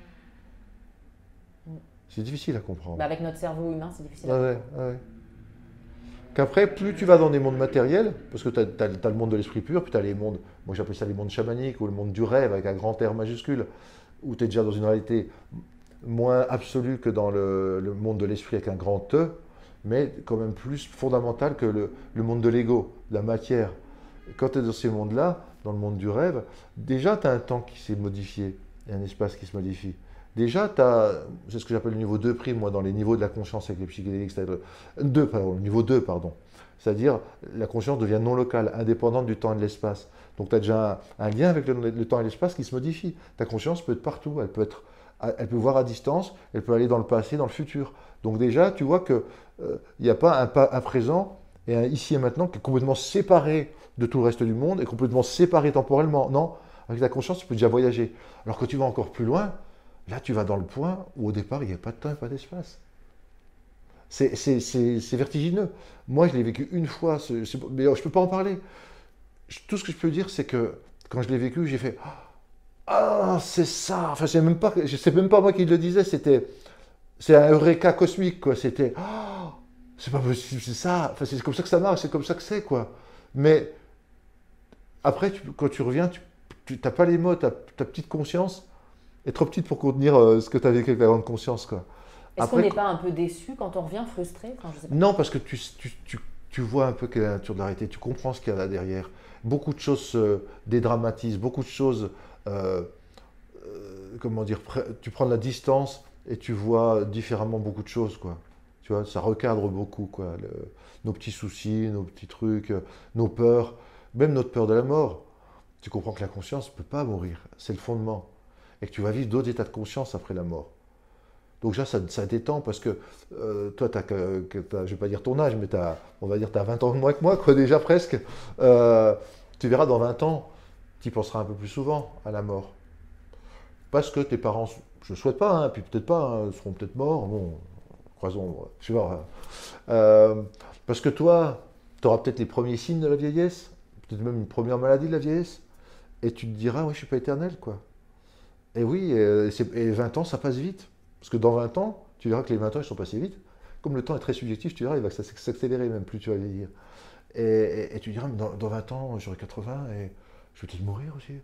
C'est difficile à comprendre. Avec notre cerveau humain, c'est difficile à comprendre. Qu'après, plus tu vas dans des mondes matériels, parce que tu as le monde de l'esprit pur, puis tu as les mondes, moi j'appelle ça les mondes chamaniques, ou le monde du rêve, avec un grand R majuscule, où tu es déjà dans une réalité moins absolue que dans le monde de l'esprit avec un grand E, mais quand même plus fondamental que le monde de l'ego, de la matière. Et quand tu es dans ces mondes-là, dans le monde du rêve, déjà tu as un temps qui s'est modifié, et un espace qui se modifie. Déjà, c'est ce que j'appelle le niveau 2', moi, dans les niveaux de la conscience avec les psychédéliques, c'est-à-dire le niveau 2, pardon. C'est-à-dire, la conscience devient non locale, indépendante du temps et de l'espace. Donc, tu as déjà un lien avec le temps et l'espace qui se modifie. Ta conscience peut être partout, elle peut voir à distance, elle peut aller dans le passé, dans le futur. Donc déjà, tu vois qu'il n'y a pas un présent et un ici et maintenant qui est complètement séparé de tout le reste du monde et complètement séparé temporellement. Non, avec la conscience, tu peux déjà voyager. Alors que tu vas encore plus loin, là, tu vas dans le point où au départ, il n'y a pas de temps et pas d'espace. C'est vertigineux. Moi, je l'ai vécu une fois, mais je ne peux pas en parler. Tout ce que je peux dire, c'est que quand je l'ai vécu, j'ai fait « Ah, c'est ça !» Enfin, je ne sais même pas moi qui le disais, c'est un eureka cosmique, quoi. C'était « Ah, c'est pas possible, c'est ça !» Enfin, c'est comme ça que ça marche, c'est comme ça que c'est, quoi. Mais après, quand tu reviens, tu n'as pas les mots, ta petite conscience est trop petite pour contenir ce que tu as vécu avec la grande conscience, quoi. Est-ce qu'on n'est pas un peu déçu quand on revient frustré? Je sais pas. Non, parce que tu tu vois un peu quelle est la nature de la réalité, tu comprends ce qu'il y a là derrière. Beaucoup de choses se dédramatisent, beaucoup de choses, comment dire, tu prends de la distance et tu vois différemment beaucoup de choses, quoi. Tu vois, ça recadre beaucoup, quoi. Nos petits soucis, nos petits trucs, nos peurs, même notre peur de la mort. Tu comprends que la conscience ne peut pas mourir, c'est le fondement. Et que tu vas vivre d'autres états de conscience après la mort. Donc ça détend parce que toi, je ne vais pas dire ton âge, mais on va dire tu as 20 ans de moins que moi, quoi, déjà presque. Tu verras dans 20 ans, tu y penseras un peu plus souvent à la mort. Parce que tes parents, je ne souhaite pas, hein, puis peut-être pas, hein, seront peut-être morts, bon, croisons, je sais pas. Parce que toi, tu auras peut-être les premiers signes de la vieillesse, peut-être même une première maladie de la vieillesse, et tu te diras, oui, je ne suis pas éternel, quoi. Et oui, et 20 ans, ça passe vite. Parce que dans 20 ans, tu verras que les 20 ans, ils sont passés vite. Comme le temps est très subjectif, tu verras, il va s'accélérer même plus tu vas vieillir. Et tu diras, mais dans 20 ans, j'aurai 80 et je vais peut-être mourir aussi.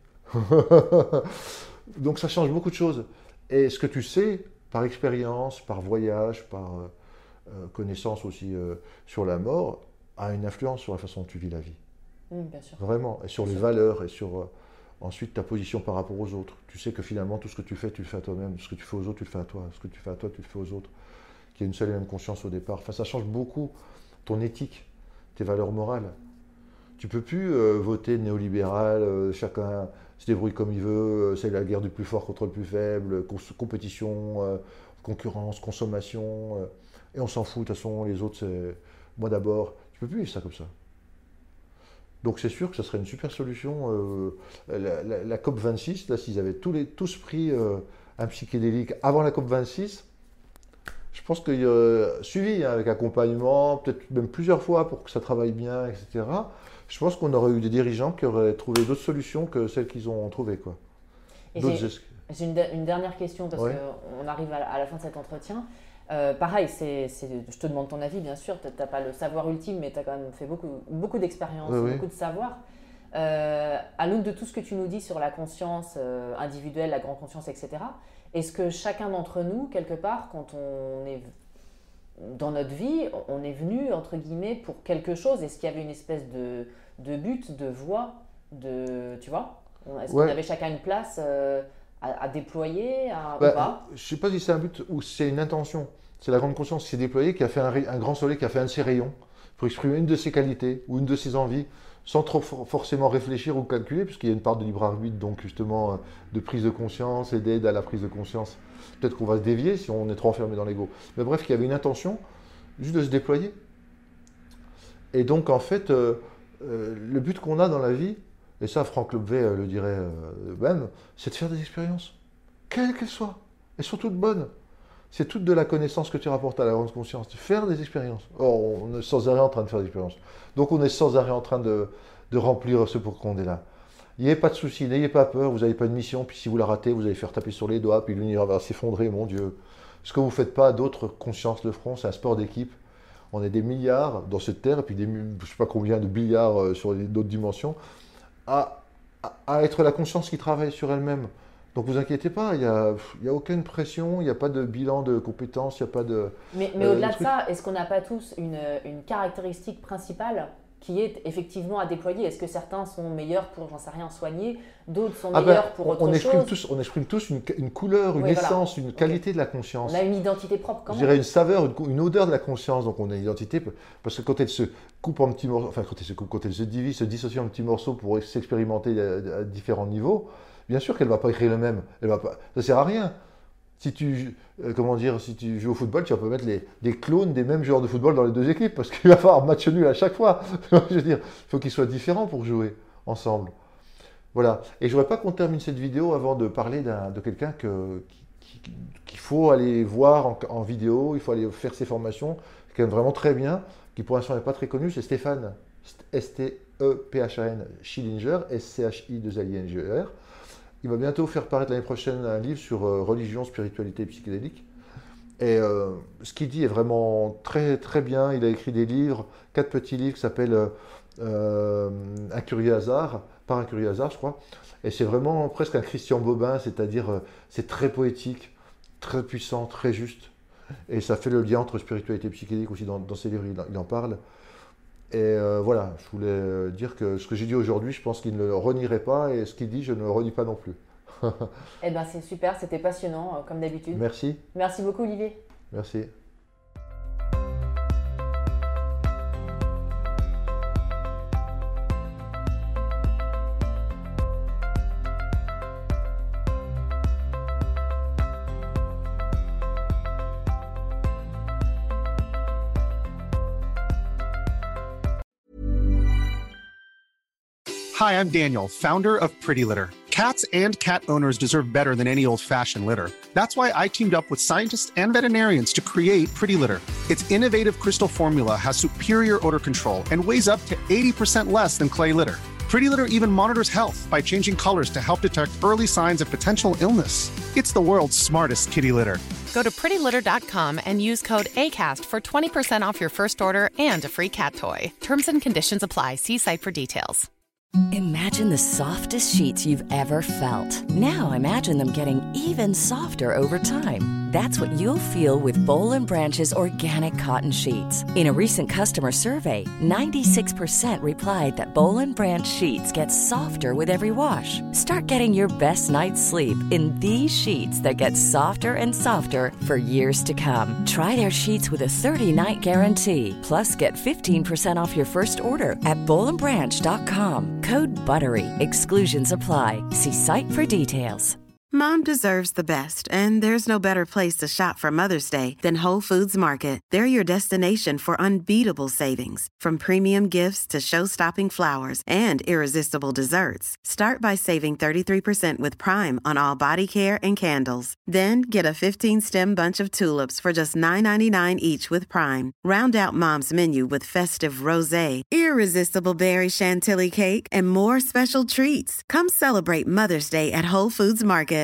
Donc ça change beaucoup de choses. Et ce que tu sais, par expérience, par voyage, par connaissance aussi sur la mort, a une influence sur la façon dont tu vis la vie. Bien sûr. Vraiment. Et sur les valeurs et sur... ensuite, ta position par rapport aux autres. Tu sais que finalement, tout ce que tu le fais à toi-même. Ce que tu fais aux autres, tu le fais à toi. Ce que tu fais à toi, tu le fais aux autres. Qu'il y ait une seule et même conscience au départ. Enfin, ça change beaucoup ton éthique, tes valeurs morales. Tu ne peux plus voter néolibéral, chacun se débrouille comme il veut, c'est la guerre du plus fort contre le plus faible, compétition, concurrence, consommation, et on s'en fout, de toute façon, les autres, c'est moi d'abord. Tu ne peux plus vivre ça comme ça. Donc c'est sûr que ce serait une super solution. La COP26, là, s'ils avaient tous pris un psychédélique avant la COP26, je pense qu'il y a suivi hein, avec accompagnement, peut-être même plusieurs fois pour que ça travaille bien, etc. Je pense qu'on aurait eu des dirigeants qui auraient trouvé d'autres solutions que celles qu'ils ont trouvées, quoi. J'ai une dernière question parce qu'on arrive à la fin de cet entretien. Pareil, je te demande ton avis, bien sûr. Tu n'as pas le savoir ultime, mais tu as quand même fait beaucoup d'expériences, beaucoup de savoir. À l'aune de tout ce que tu nous dis sur la conscience individuelle, la grande conscience, etc., est-ce que chacun d'entre nous, quelque part, quand on est dans notre vie, on est venu, entre guillemets, pour quelque chose? Est-ce qu'il y avait une espèce de but, de voie, tu vois? Est-ce qu'on avait chacun une place à déployer ou pas? Je ne sais pas si c'est un but ou c'est une intention. C'est la grande conscience qui s'est déployée, qui a fait un grand soleil, qui a fait un de ses rayons pour exprimer une de ses qualités ou une de ses envies, sans trop forcément réfléchir ou calculer, puisqu'il y a une part de libre arbitre, donc justement de prise de conscience et d'aide à la prise de conscience. Peut-être qu'on va se dévier si on est trop enfermé dans l'ego. Mais bref, qu'il y avait une intention juste de se déployer. Et donc en fait, le but qu'on a dans la vie, et ça Franck Lobvet le dirait même, c'est de faire des expériences, quelles qu'elles soient, et surtout de bonnes. C'est toute de la connaissance que tu rapportes à la grande conscience, de faire des expériences. Or, on est sans arrêt en train de faire des expériences. Donc on est sans arrêt en train de remplir ce pourquoi on est là. N'ayez pas de soucis, n'ayez pas peur, vous n'avez pas de mission, puis si vous la ratez, vous allez faire taper sur les doigts, puis l'univers va s'effondrer, mon Dieu. Ce que vous ne faites pas, d'autres consciences le feront, c'est un sport d'équipe. On est des milliards dans cette terre, et puis je ne sais pas combien de billiards sur d'autres dimensions, à être la conscience qui travaille sur elle-même. Donc vous inquiétez pas, il n'y a aucune pression, il n'y a pas de bilan de compétences, il n'y a pas de... Mais au-delà de ça, est-ce qu'on n'a pas tous une caractéristique principale qui est effectivement à déployer? Est-ce que certains sont meilleurs pour, j'en sais rien, soigner, d'autres sont meilleurs pour autre chose? On exprime tous une couleur, une essence, une qualité de la conscience. On a une identité propre quand même. Je dirais une saveur, une odeur de la conscience, donc on a une identité, parce que quand elle se coupe en petits morceaux, enfin quand elle se divise, se dissocie en petits morceaux pour s'expérimenter à différents niveaux, bien sûr qu'elle ne va pas créer le même. Ça ne sert à rien. Si tu joues au football, tu vas pas mettre des clones des mêmes joueurs de football dans les deux équipes, parce qu'il va falloir match nul à chaque fois. Je veux dire, il faut qu'ils soient différents pour jouer ensemble. Voilà. Et je ne voudrais pas qu'on termine cette vidéo avant de parler de quelqu'un qu'il faut aller voir en vidéo, il faut aller faire ses formations, quelqu'un vraiment très bien, qui pour l'instant n'est pas très connu, c'est Stéphane, S-T-E-P-H-A-N, Schillinger, S-C-H-I-2-L-I-N-G-E-R. Il va bientôt faire paraître l'année prochaine un livre sur religion, spiritualité et psychédélique. Et ce qu'il dit est vraiment très, très bien. Il a écrit des livres, 4 petits livres qui s'appellent Un curieux hasard, par un curieux hasard, je crois. Et c'est vraiment presque un Christian Bobin, c'est-à-dire c'est très poétique, très puissant, très juste. Et ça fait le lien entre spiritualité et psychédélique aussi dans ses livres, il en parle. Et voilà, je voulais dire que ce que j'ai dit aujourd'hui, je pense qu'il ne le renierait pas, et ce qu'il dit, je ne le renie pas non plus. Eh bien, c'est super, c'était passionnant, comme d'habitude. Merci. Merci beaucoup, Olivier. Merci. Hi, I'm Daniel, founder of Pretty Litter. Cats and cat owners deserve better than any old-fashioned litter. That's why I teamed up with scientists and veterinarians to create Pretty Litter. Its innovative crystal formula has superior odor control and weighs up to 80% less than clay litter. Pretty Litter even monitors health by changing colors to help detect early signs of potential illness. It's the world's smartest kitty litter. Go to prettylitter.com and use code ACAST for 20% off your first order and a free cat toy. Terms and conditions apply. See site for details. Imagine the softest sheets you've ever felt. Now imagine them getting even softer over time. That's what you'll feel with Boll & Branch's organic cotton sheets. In a recent customer survey, 96% replied that Boll & Branch sheets get softer with every wash. Start getting your best night's sleep in these sheets that get softer and softer for years to come. Try their sheets with a 30-night guarantee. Plus, get 15% off your first order at bollandbranch.com. Code BUTTERY. Exclusions apply. See site for details. Mom deserves the best, and there's no better place to shop for Mother's Day than Whole Foods Market. They're your destination for unbeatable savings, from premium gifts to show-stopping flowers and irresistible desserts. Start by saving 33% with Prime on all body care and candles. Then get a 15-stem bunch of tulips for just $9.99 each with Prime. Round out Mom's menu with festive rosé, irresistible berry chantilly cake, and more special treats. Come celebrate Mother's Day at Whole Foods Market.